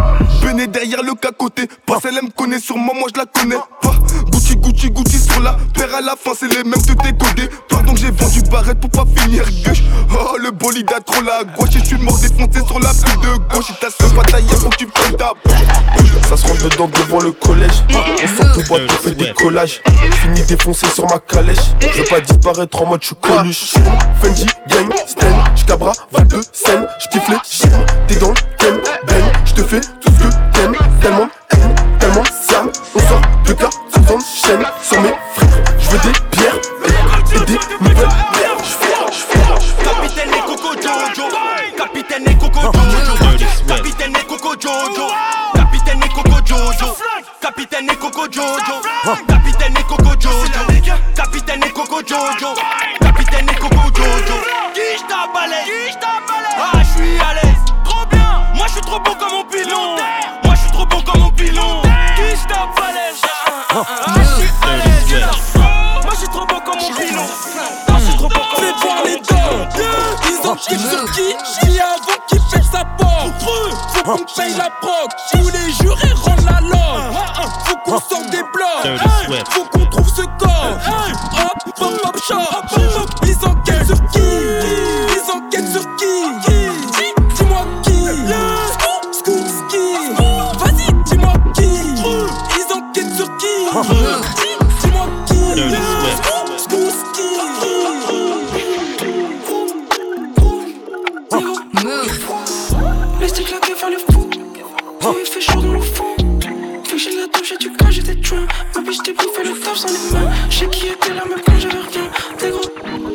Venez derrière le cacoté, pas celle me connaît sur moi, moi je la connais pas. Gucci, Gucci, Gucci sur la paire à la fin, c'est les mêmes de décoder. Pardon que j'ai vendu barrette pour pas finir gauche. Oh le bolide a trop la gauche et je suis mort défoncé sur la pile de gauche. Il t'a seul bataille faut que tu prennes ta bouche. Ça se rentre dedans devant le collège. On sort de boîte, on fait des collages. Fini défoncé sur ma calèche. Je veux pas disparaître en mode je suis Coluche. Fendi, gang, Sten, j'cabra, Val de Seine. J'kiffe les chiens, t'es dans le thème, ben. J'te fais tout ce que t'aimes, tellement haine, tellement siam. On sort de cas, sans chaîne sur mes frères. J'veux des pierres et des nouvelles mères. J'fais, j'fais, j'fais. Capitaine et Coco Jojo. Capitaine et Coco Jojo. Capitaine et Coco Jojo. Capitaine et Coco Jojo. Capitaine et Coco Jojo. Capitaine et Coco Jojo. Capitaine et Coco Jojo. Capitaine et Coco Jojo. Qui j't'abalais? Ah, j'suis à l'aise. Trop bien. Moi j'suis trop bon comme mon pilon. Moi j'suis trop bon comme mon pilon. Qui j't'abalais? Ah, j'suis à l'aise. Moi j'suis trop bon comme mon pilon. Moi j'suis trop bon comme mon pilon. Fais voir les dents. Ils ont kiff sur qui? J'suis avant qui fait sa porte. Faut qu'on paye la proc. Tous les jurés rendent la loi. Faut qu'on sorte des blocs. Faut qu'on trouve ce corps. Hop, pop, pop, shop. Ils enquêtent sur qui? Ils enquêtent sur qui? Dis-moi qui? Scoop, scoop, ski. Vas-y, dis-moi qui? Ils enquêtent sur qui? Dis-moi qui? Scoop, scoop, ski. Laisse-toi claquer, faire le fou. Oh, il fait chaud dans le fond. Vu que j'ai de la touche, j'ai du cas, j'ai des joints. Ma biche t'ai bouffé le taf sans les mains. J'sais qui était là, même quand j'avais rien. Des gros.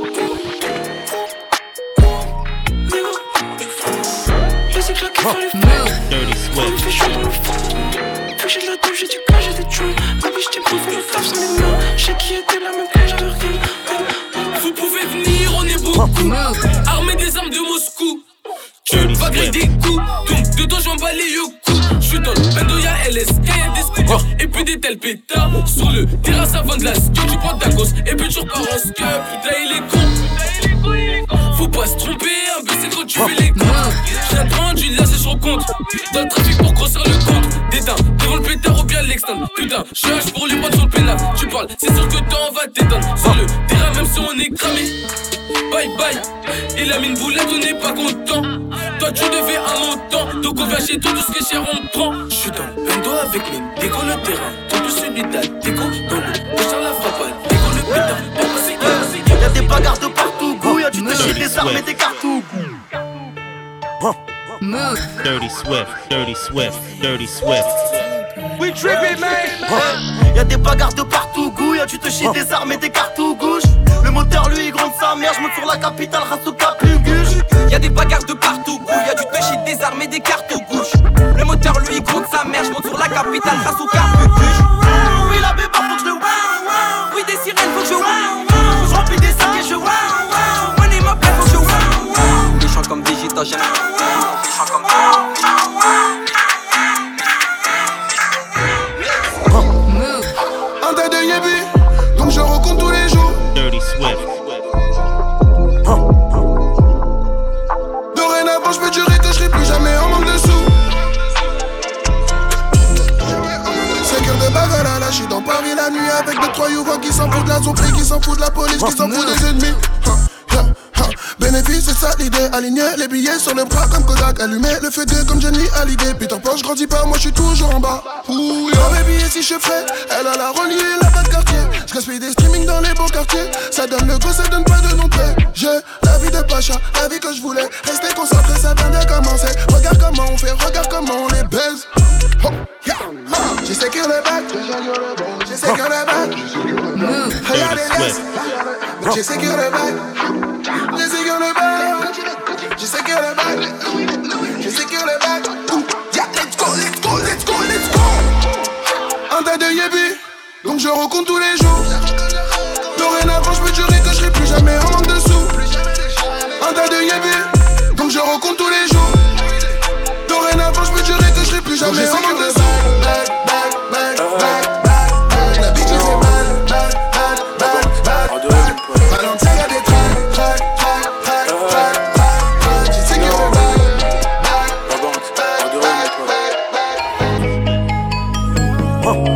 Des gros. Laisse-toi claquer, faire le fou. Oh, il fait chaud dans le fond. Vu que j'ai de la touche, j'ai du cas, j'ai des joints. Ma biche t'ai bouffé le taf sans les mains. J'sais qui était là, même quand j'avais rien. Vous pouvez venir, on est beaucoup. Armés des armes de Moscou. Tu vas griller des coups, donc dedans j'en bats les yoku. J'suis dans le bando, y'a L S K, y'a des scooters et puis des tels pétards. Sur le terrain ça vend de la ski, tu prends ta gosse et puis tu repars en scup. Putain il est con, faut pas se tromper, imbécile quand tu fais les cons. J'viens de rendre, une lasse et j'rencontre dans le trafic pour grossir le compte. Déteins, devant le pétard ou bien l'extendre. Putain, j'lâche pour lui prendre sur le pénal. Tu parles, c'est sûr que toi on va t'éteindre. Sur le terrain même si on est cramé. Bye bye, il a mis une boulette, on n'est pas content. Toi tu devais un montant, donc on va chez toi, tout ce qui est cher on prend. J'suis dans le bando avec mes déco, le terrain, tout celui de la déco. Dans le prochain la frappe, déco le pétard, pas passé, pas passé. Y'a des bagarres de partout, gouille, tu te chies des armes et des cartouches. Dirty Swift, Dirty Swift, Dirty Swift. We trippin' man. Y'a des bagarres de partout, gouille, tu te chies des armes et des cartouches. Le moteur lui il gronde sa mère, j'monte sur la capitale, race au capuguche. Y'a des bagarres de partout, gouille, y'a du touchy, des armes et des cartes gauche. Le moteur lui il gronde sa mère, j'monte sur la capitale, race au capuguche. Oui la béba faut que je le wow. Oui des sirènes faut que je wow. J'remplis des sacs et je wow. Money ma plaît faut que je wow. Méchant comme Vegeta, j'aime. Méchant comme Un tas de yébi, donc je recompte tous les jours. Dirty Swift. Dorénavant, je peux jurer que je serai plus jamais en manque de sous. cinq heures de bagarre, là, je suis dans Paris la nuit avec deux trois youvois qui s'en foutent de la zone, qui s'en foutent de la police, qui s'en foutent des ennemis. Bénéfice, c'est ça l'idée, aligner les billets sur le bras comme Kodak, allumer le feu de comme Johnny Hallyday. Peter Pan, je grandis pas, moi je suis toujours en bas. Ouh, yeah. Oh baby, et si je ferais, elle a la reliée, la bas de quartier. J'gaspille des streamings dans les beaux quartiers. Ça donne le go, ça donne pas de nom de prêt. J'ai la vie de Pacha, la vie que je voulais. Rester concentré, ça vient de commencer. Regarde comment on fait, regarde comment on les baise. Oh, yeah, ha. J'ai sécure le bac, j'ai sécure le bac. Regarde les liasses, j'ai sécure le bac. J'ai sécure le bac, j'ai sécure le bac. J'ai sécure le bac. Yeah, let's go, let's go, let's go, let's go. Un tas de yébi, donc je recompte tous les jours. Dorénavant, je peux jurer que je serai plus jamais en manque de sous. Un tas de yébi, donc je recompte tous les jours. Dorénavant, je peux jurer que je serai plus jamais en manque de sous. Back, back, back, back, back, back. La bitch, c'est mal, back, back, back, back. Valentin, y'a des tracks, tracks, tracks, tracks, tracks, tracks. J'ai sécure le back, back, back, back, back, back.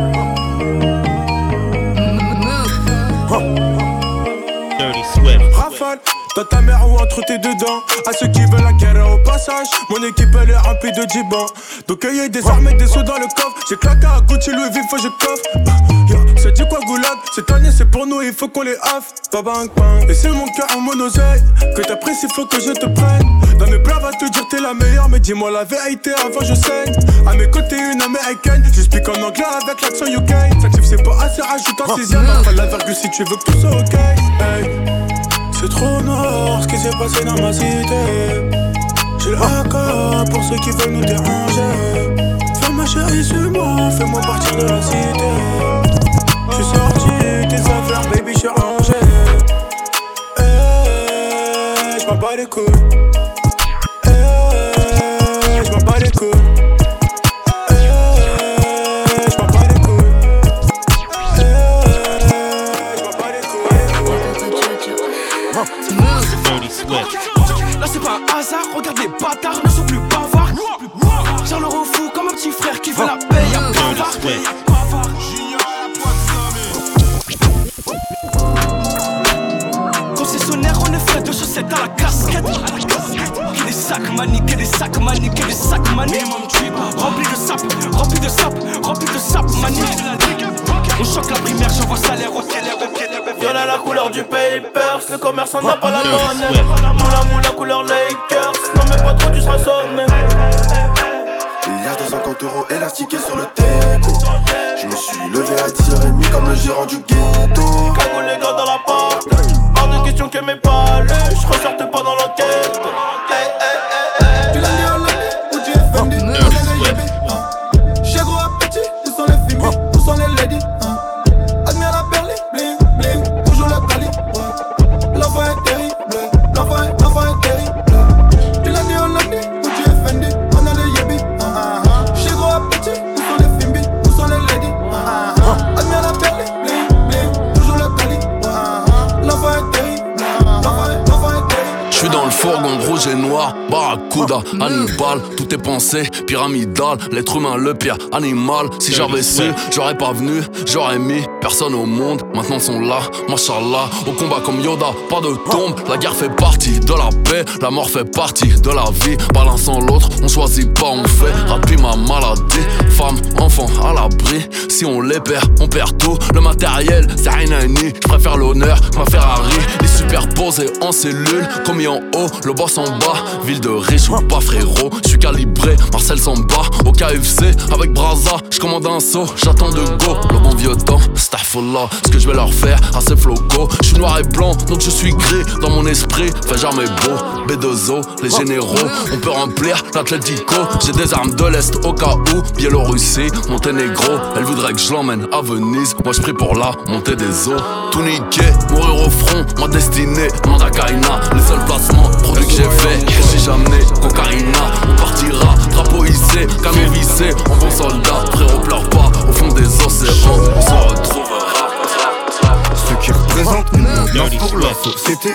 Rafale, dans ta mère ou entre tes deux dents. À ceux qui veulent la guerre au passage. Mon équipe elle est remplie de djibans. Donc il y a des armes et des sous dans le coffre. J'ai claqué à Gucci, Louis V, faut que je coffre. uh, yeah. Ça dit quoi Goulag? Cette année c'est pour nous, il faut qu'on les haffe. Pas bang bang. Et c'est mon cœur en monoseille que t'apprécies, faut que je te prenne. Dans mes plans va te dire t'es la meilleure. Mais dis-moi la vérité avant je saigne. À mes côtés une américaine. J'explique en anglais avec l'accent U K. S'active c'est pas assez, rajoute un sixième. Après la virgule si tu veux que tout soit ok. Hey. C'est trop noir ce qui s'est passé dans ma cité. J'ai le A K pour ceux qui veulent nous déranger. Fais ma chérie, suis-moi, fais-moi partir de la cité. J'suis sorti tes affaires, baby, j'suis rangé. Hey, j'm'en bats les couilles. Hey, j'm'en bats les couilles. Là c'est pas un hasard, regarde les bâtards ne sont plus bavards. J'en leur fou comme un petit frère qui fait la paye à bavard. Concessionnaire on est frais de chaussettes à la casquette. Que des sacs mani, que des sacs mani, que des sacs mani. Rempli de sap, rempli de sap, rempli de sap mani. On choque la primaire, j'envoie salaire au télé, au télé. Viola la couleur du papers, le commerçant n'a pas la monnaie. Moula moula couleur Lakers, non mais pas trop tu seras sonné. Milliards de cinquante euros élastiqués sur le teco. Je me suis levé à dix heures trente comme le gérant du ghetto. Cagoule les gars dans la porte, hors de question que mes palais, je ressortais pas dans l'enquête. Hey hey hey hey. Tu l'as mis en ligne, ou tu es Fendi, ou les yébis. Chez gros appétit, où sont les filles, où sont les ladies. Admire la perle, bling bling, toujours la quali. L'enfant est terrible, l'enfant est, l'enfant est terrible. Tu l'as mis en ligne, ou tu es Fendi, on a les yébis. Chez gros appétit, où sont les filles, où sont les ladies. Admire la perle, bling bling, toujours la quali. L'enfant est terrible, l'enfant est, l'enfant est terrible. J'suis dans le fourgon rouge et noir, Barracuda, Hannibal, tout est pensé, pyramidal, l'être humain le pire animal. Si j'avais su, j'aurais pas venu, j'aurais mis personne au monde. Maintenant sont là, machallah, au combat comme Yoda, pas de tombe. La guerre fait partie de la paix, la mort fait partie de la vie. Pas l'un sans l'autre, on choisit pas, on fait. Rapide ma maladie, femme, enfant à l'abri. Si on les perd, on perd tout. Le matériel, c'est rien à ni. J'préfère l'honneur que ma Ferrari. Les superposés en cellule, commis en haut, le boss en bas. Ville de riche ou pas frérot, j'suis calibré, Marcel s'en bat. Au K F C, avec Braza, j'commande un saut, j'attends de go. Le bon vieux temps, staffula, ce que je vais leur faire, assez floco. J'suis noir et blanc, donc je suis gris dans mon esprit. Fais jamais beau, B deux O, les généraux. On peut remplir l'Atlético. J'ai des armes de l'Est au cas où. Biélorussie, Monténégro. Elle voudrait que je l'emmène à Venise. Moi j'prie pour la montée des eaux. Tout niqué, mourir au front, ma destinée, Mandakaina. Les seuls placements, produits que j'ai fait, que j'ai jamais, Cocarina. On partira, drapeau hissé, canot vissé. En bon soldat, frérot pleure pas, au fond des océans, on se retrouvera. Ceux qui représentent une menace pour la société.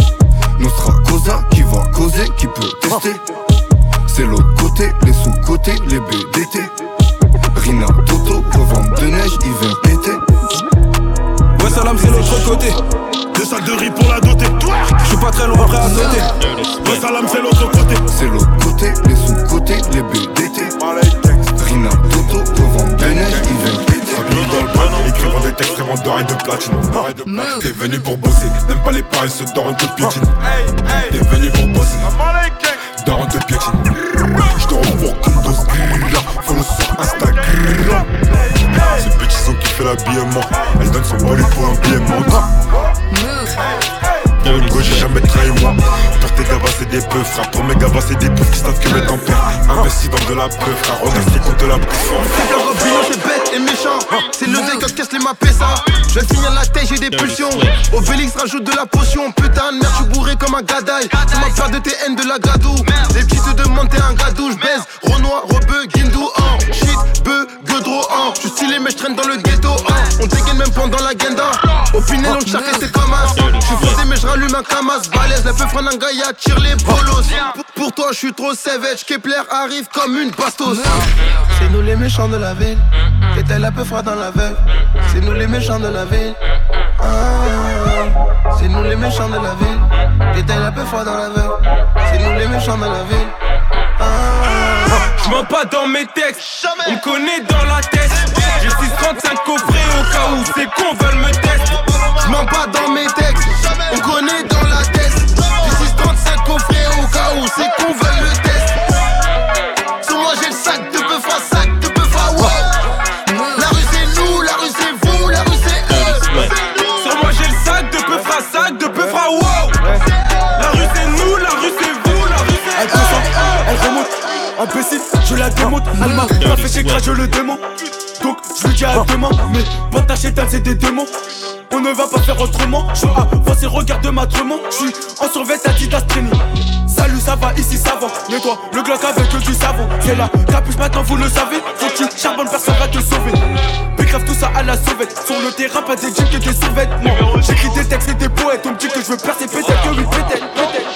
Nostra Cosa qui va causer, qui peut tester. C'est l'autre côté, les sous-côtés, les B D T. Rina, Toto, revente de neige, hiver, été. Ouais salam c'est l'autre côté. Deux sacs de riz pour la doter. J'suis pas très loin prêt à sauter. Ouais salam c'est l'autre côté. C'est l'autre côté, les sous-côtés, les B D T. Rina, Toto, revente de neige, hiver, été. Écrivant des textes vraiment d'or et de platine. T'es venu pour bosser, même pas les paresseux, d'or et de piétine. T'es venu pour bosser, d'or et de piétine. J'te renvoie comme dos, follow sur Instagram. Ce petit son qui fait l'habillement, elle donne son bolide pour un billet montre. Go, j'ai jamais trahi moi. Pour tes gavas c'est des peufs, frère. Pour mes gavas c'est des peufs qui savent que mettre en père. Investi dans de la preuve, frère. Regarde c'est contre de la bouffe. C'est le Robinho, c'est bête et méchant. C'est le dé quand casse les mappés ça. Je vais finir la tête, j'ai des pulsions. Obélix rajoute de la potion. Putain de merde, je suis bourré comme un gadaille. Tu m'as peur de tes haines de la gadou. Les petits te demandent t'es un gadou. Je baise Renoir, Rebeu, Guindou, en shit, beu, Godro, en. Je suis stylé mais je traîne dans le ghetto, en. On dégaine même pendant la genda. Au final on charque c'est comme as. Je suis fondé mais je rallume un camas balèze. La peu Franangaya tire les bolos. Pour, pour toi je suis trop savage. Kepler arrive comme une bastos. C'est nous les méchants de la ville. T'étais la peu froid dans la veille. C'est nous les méchants de la ville. Ah, c'est nous les méchants de la ville. T'étais la peu froid dans la veille. C'est nous les méchants de la ville. Ah, j'mens pas dans mes textes. On me connaît dans la tête. J'ai six trente-cinq coffrets au cas où c'est qu'on veulent me tester. J'mens pas dans mes textes. On connaît dans la tête. J'ai six trente-cinq coffrets au cas où c'est qu'on veut le test. Sur moi j'ai le sac de peu fra sac de peu fra wow. La rue c'est nous, la rue c'est vous, la rue c'est eux. Sur moi j'ai le sac de peu fra sac de peu fra wow. La rue c'est nous, la rue c'est vous, la rue c'est eux. Elle remonte, imbécile, je la démonte. Elle m'a pas fait chez je le démon. Donc je lui dis à demain. Mais pas ta chétane c'est des démons. On ne va pas faire autrement. Je suis avancé, regarde ma tremont. Je suis en survêt Adidas Training. Salut, ça va, ici ça va. Nettoie le Glock avec du savon. C'est la capuche maintenant, vous le savez. Faut que tu charbonnes, personne va te sauver. Bégrave tout ça à la sauvette. Sur le terrain, pas des jeans que des survêtements. J'écris des textes et des poètes. On me dit que je veux percer, peut-être que oui, peut-être.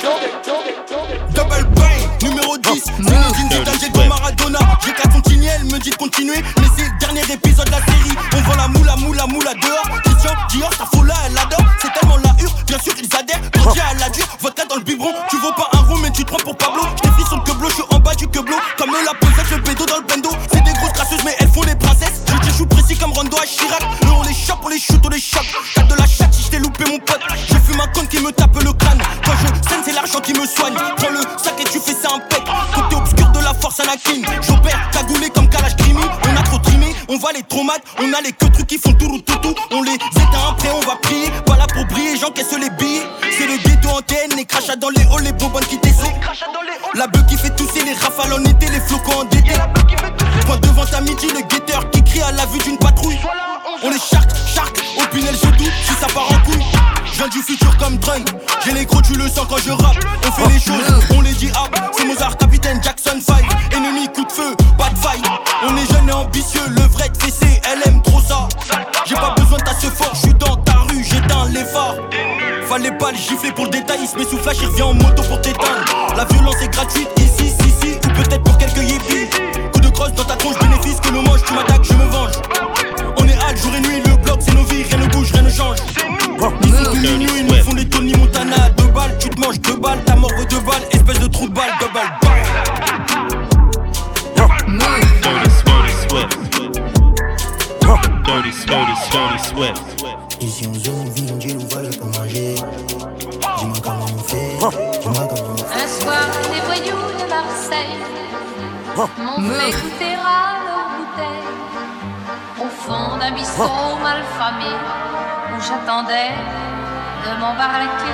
Double bang, numéro dix. C'est une zita, j'ai comme Maradona. J'ai qu'à continuer, elle me dit de continuer. Mais c'est le dernier épisode de la série. On vend la moula, moula, moula dehors. Christian Dior, ta folla, elle adore. C'est tellement la hure, bien sûr ils adhèrent. Quand à la dure, vodka dans le biberon. Tu vaux pas un rond, mais tu te prends pour Pablo. J't'ai pris sur le queublo, j'suis en bas du queublo. Comme la posette, le pédo dans le bendo. C'est des grosses crasseuses, mais elles font les princesses. Je dis, j'suis précis comme Rondo à Chirac. Eux on les chope, on les shoot, on les chope. T'as de la chatte si j't'ai loupé mon pote. Je fume un con qui me tape le crâne. Quand je scène, c'est l'argent qui me soigne. Prends le sac et tu fais ça un pec. Côté obscur de la force Anakin. J'opère cagoulé comme Kalash Krimi. On a trop trimé, on va les traumates. On a les que trucs qui font tout toutou. On les éteint après, on va prier. Pas là pour briller, j'encaisse les billets. C'est le ghetto en T N, les crachats dans les halls, les bonbonnes qui descendent. La beuh qui fait tousser, les rafales en été, les flocons en d'été. Point devant ta midi, le guetteur qui crie à la vue d'une patrouille. On les charque, charque, au pinel je doute si ça part en couille. Je viens du futur comme Trunk. J'ai les gros, tu le sens quand je rappe. On fait les choses, on les dit hop. C'est Mozart, Capitaine Jackson five. Ennemi, coup de feu, pas de faille. On est jeune et ambitieux, le vrai de fessé, elle aime trop ça. J'ai pas besoin de ta ce fort, je suis dans ta rue, j'éteins les phares. Fallait pas le gifler pour le détail, il se met sous flash, il revient en moto pour t'éteindre. La violence est gratuite, ici, si, si, ou peut-être pour quelques yébis. Coup de crosse dans ta tronche, bénéfice que l'on mange, tu m'attaques, je me venge. On est hal, jour et nuit, le bloc c'est nos vies, rien ne bouge, rien ne change. Ils sont plus mignons, ils nous font des Tony Montana. Deux balles, tu te manges deux balles, ta mort veut deux balles, espèce de trou de balle, deux balles, balle. Dirty, dirty, dirty Swift. Ici on zone, vie, on dit où va, je peux manger. Dis-moi comment on fait, dis-moi comment on fait. Un soir, des voyous de Marseille m'ont fait goûter à leur bouteille au fond d'un bistrot mal famé où j'attendais de m'embarquer.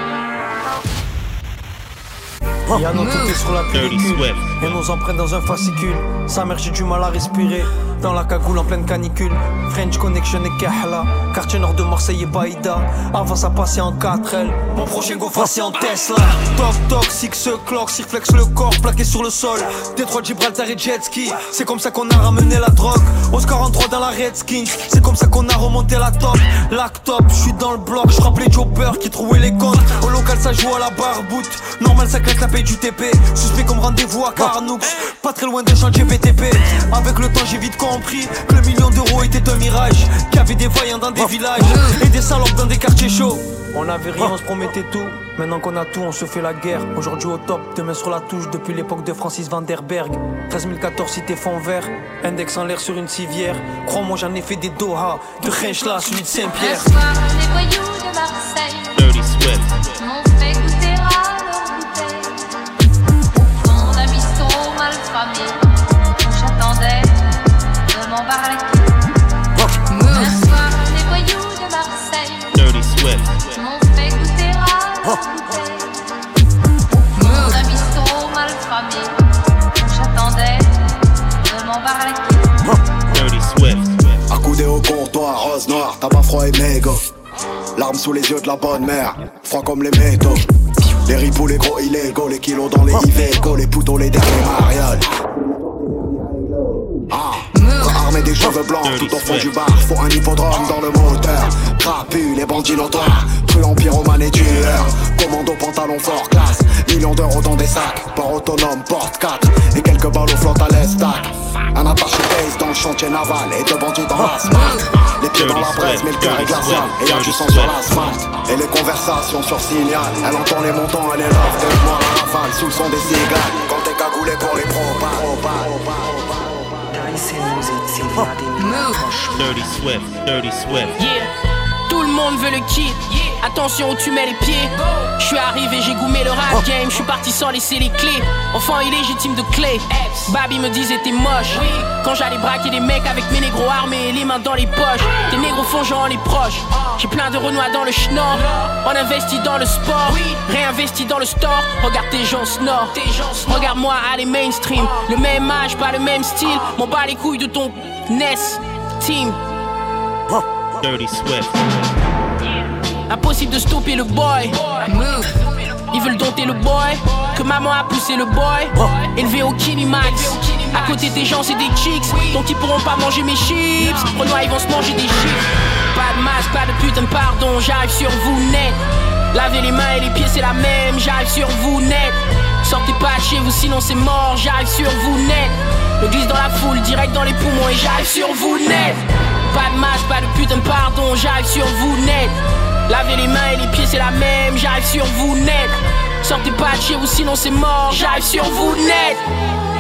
Il y a nos toutés sur la pellicule et nos empreintes dans un fascicule. Sa mère j'ai du mal à respirer dans la cagoule en pleine canicule. French Connection et Kahla, quartier nord de Marseille et Baïda. Avant ça passait en quatre L, mon prochain go passé en Tesla. Toc toc, six clock, cirflex le corps plaqué sur le sol. Détroit de Gibraltar et jet ski, c'est comme ça qu'on a ramené la drogue. Oscar en trois dans la Redskins, c'est comme ça qu'on a remonté la top. Lactop, je suis dans le bloc, je rappelais Jobber qui trouvait les comptes. Au local ça joue à la barboute, normal ça claque la paye du T P. Suspect comme rendez-vous à Carnoux, pas très loin des chantiers V T P. Avec le temps j'ai vite compris que le million d'euros était d'un mirage, qu'il y avait des voyants dans des villages et des salopes dans des quartiers chauds. On avait rien, on se promettait tout. Maintenant qu'on a tout, on se fait la guerre. Aujourd'hui au top, demain sur la touche. Depuis l'époque de Francis Van der Berg. treize mille quatorze, cité fond vert. Index en l'air sur une civière. Crois-moi, j'en ai fait des Doha. De Renchla, celui de Saint-Pierre. Un soir, les voyous de Marseille Dirty Swift m'ont fait goûter à leur bouteille. Au fond d'un bistrot mal famé, où j'attendais de m'embarquer. Un soir, les voyous de Marseille Dirty Swift m'ont fait goûter à leur bouteille. Au fond d'un bistrot mal famé, où j'attendais de m'embarquer. Dirty Swift Accoudé au comptoir, rose noire, tabac froid et mégot. Larmes sous les yeux de la bonne mère, froid comme les métaux. Les ripoux, les gros illégaux, les kilos dans les Iveco, les poutos, les derniers mariales. Ah, armé des cheveux blancs tout au fond du bar, faut un hippodrome dans le moteur. Trapu, les bandits notoires, truand, pyromane et tueur. Commando, pantalon fort classe, millions d'euros dans des sacs. Port autonome, porte quatre, et quelques balles aux flottes à l'estac. Un attaché base dans le chantier naval et deux bandits dans la smart. Les pieds dans la braise mais le cœur est glacial et y'a du sang sur l'asphalte. Et les conversations sur signal, elle entend les montants, elle est là. Tête noire à rafale sous le son des cigales. Quand t'es cagoulé pour les propales. Dirty Swift, Dirty Swift. Yeah, tout le monde veut le kit. Attention où tu mets les pieds. Je suis arrivé, j'ai goumé le rap game. Je suis parti sans laisser les clés. Enfant illégitime de clé. Baby me disait t'es moche. Quand j'allais braquer des mecs avec mes négros armés et les mains dans les poches. Des négros fongeants les proches. J'ai plein de renois dans le schnorr. On investit dans le sport, réinvesti dans le store. Regarde tes gens snore. Regarde-moi aller mainstream. Le même âge, pas le même style. M'en bats les couilles de ton N E S team. Dirty Swift. Impossible de stopper le boy. Move. Ils veulent dompter le boy. Que maman a poussé le boy. Élevé au Kinimax. À côté des gens c'est des chicks. Donc ils pourront pas manger mes chips. Renoir ils vont se manger des chips. Pas de masque, pas de putain de pardon. J'arrive sur vous net. Lavez les mains et les pieds c'est la même. J'arrive sur vous net. Sortez pas de chez vous sinon c'est mort. J'arrive sur vous net. Le glisse dans la foule, direct dans les poumons. Et j'arrive sur vous net. Pas de masque, pas de putain de pardon. J'arrive sur vous net. Lavez les mains et les pieds c'est la même. J'arrive sur vous net. Sortez pas de chez vous sinon c'est mort. J'arrive sur vous net.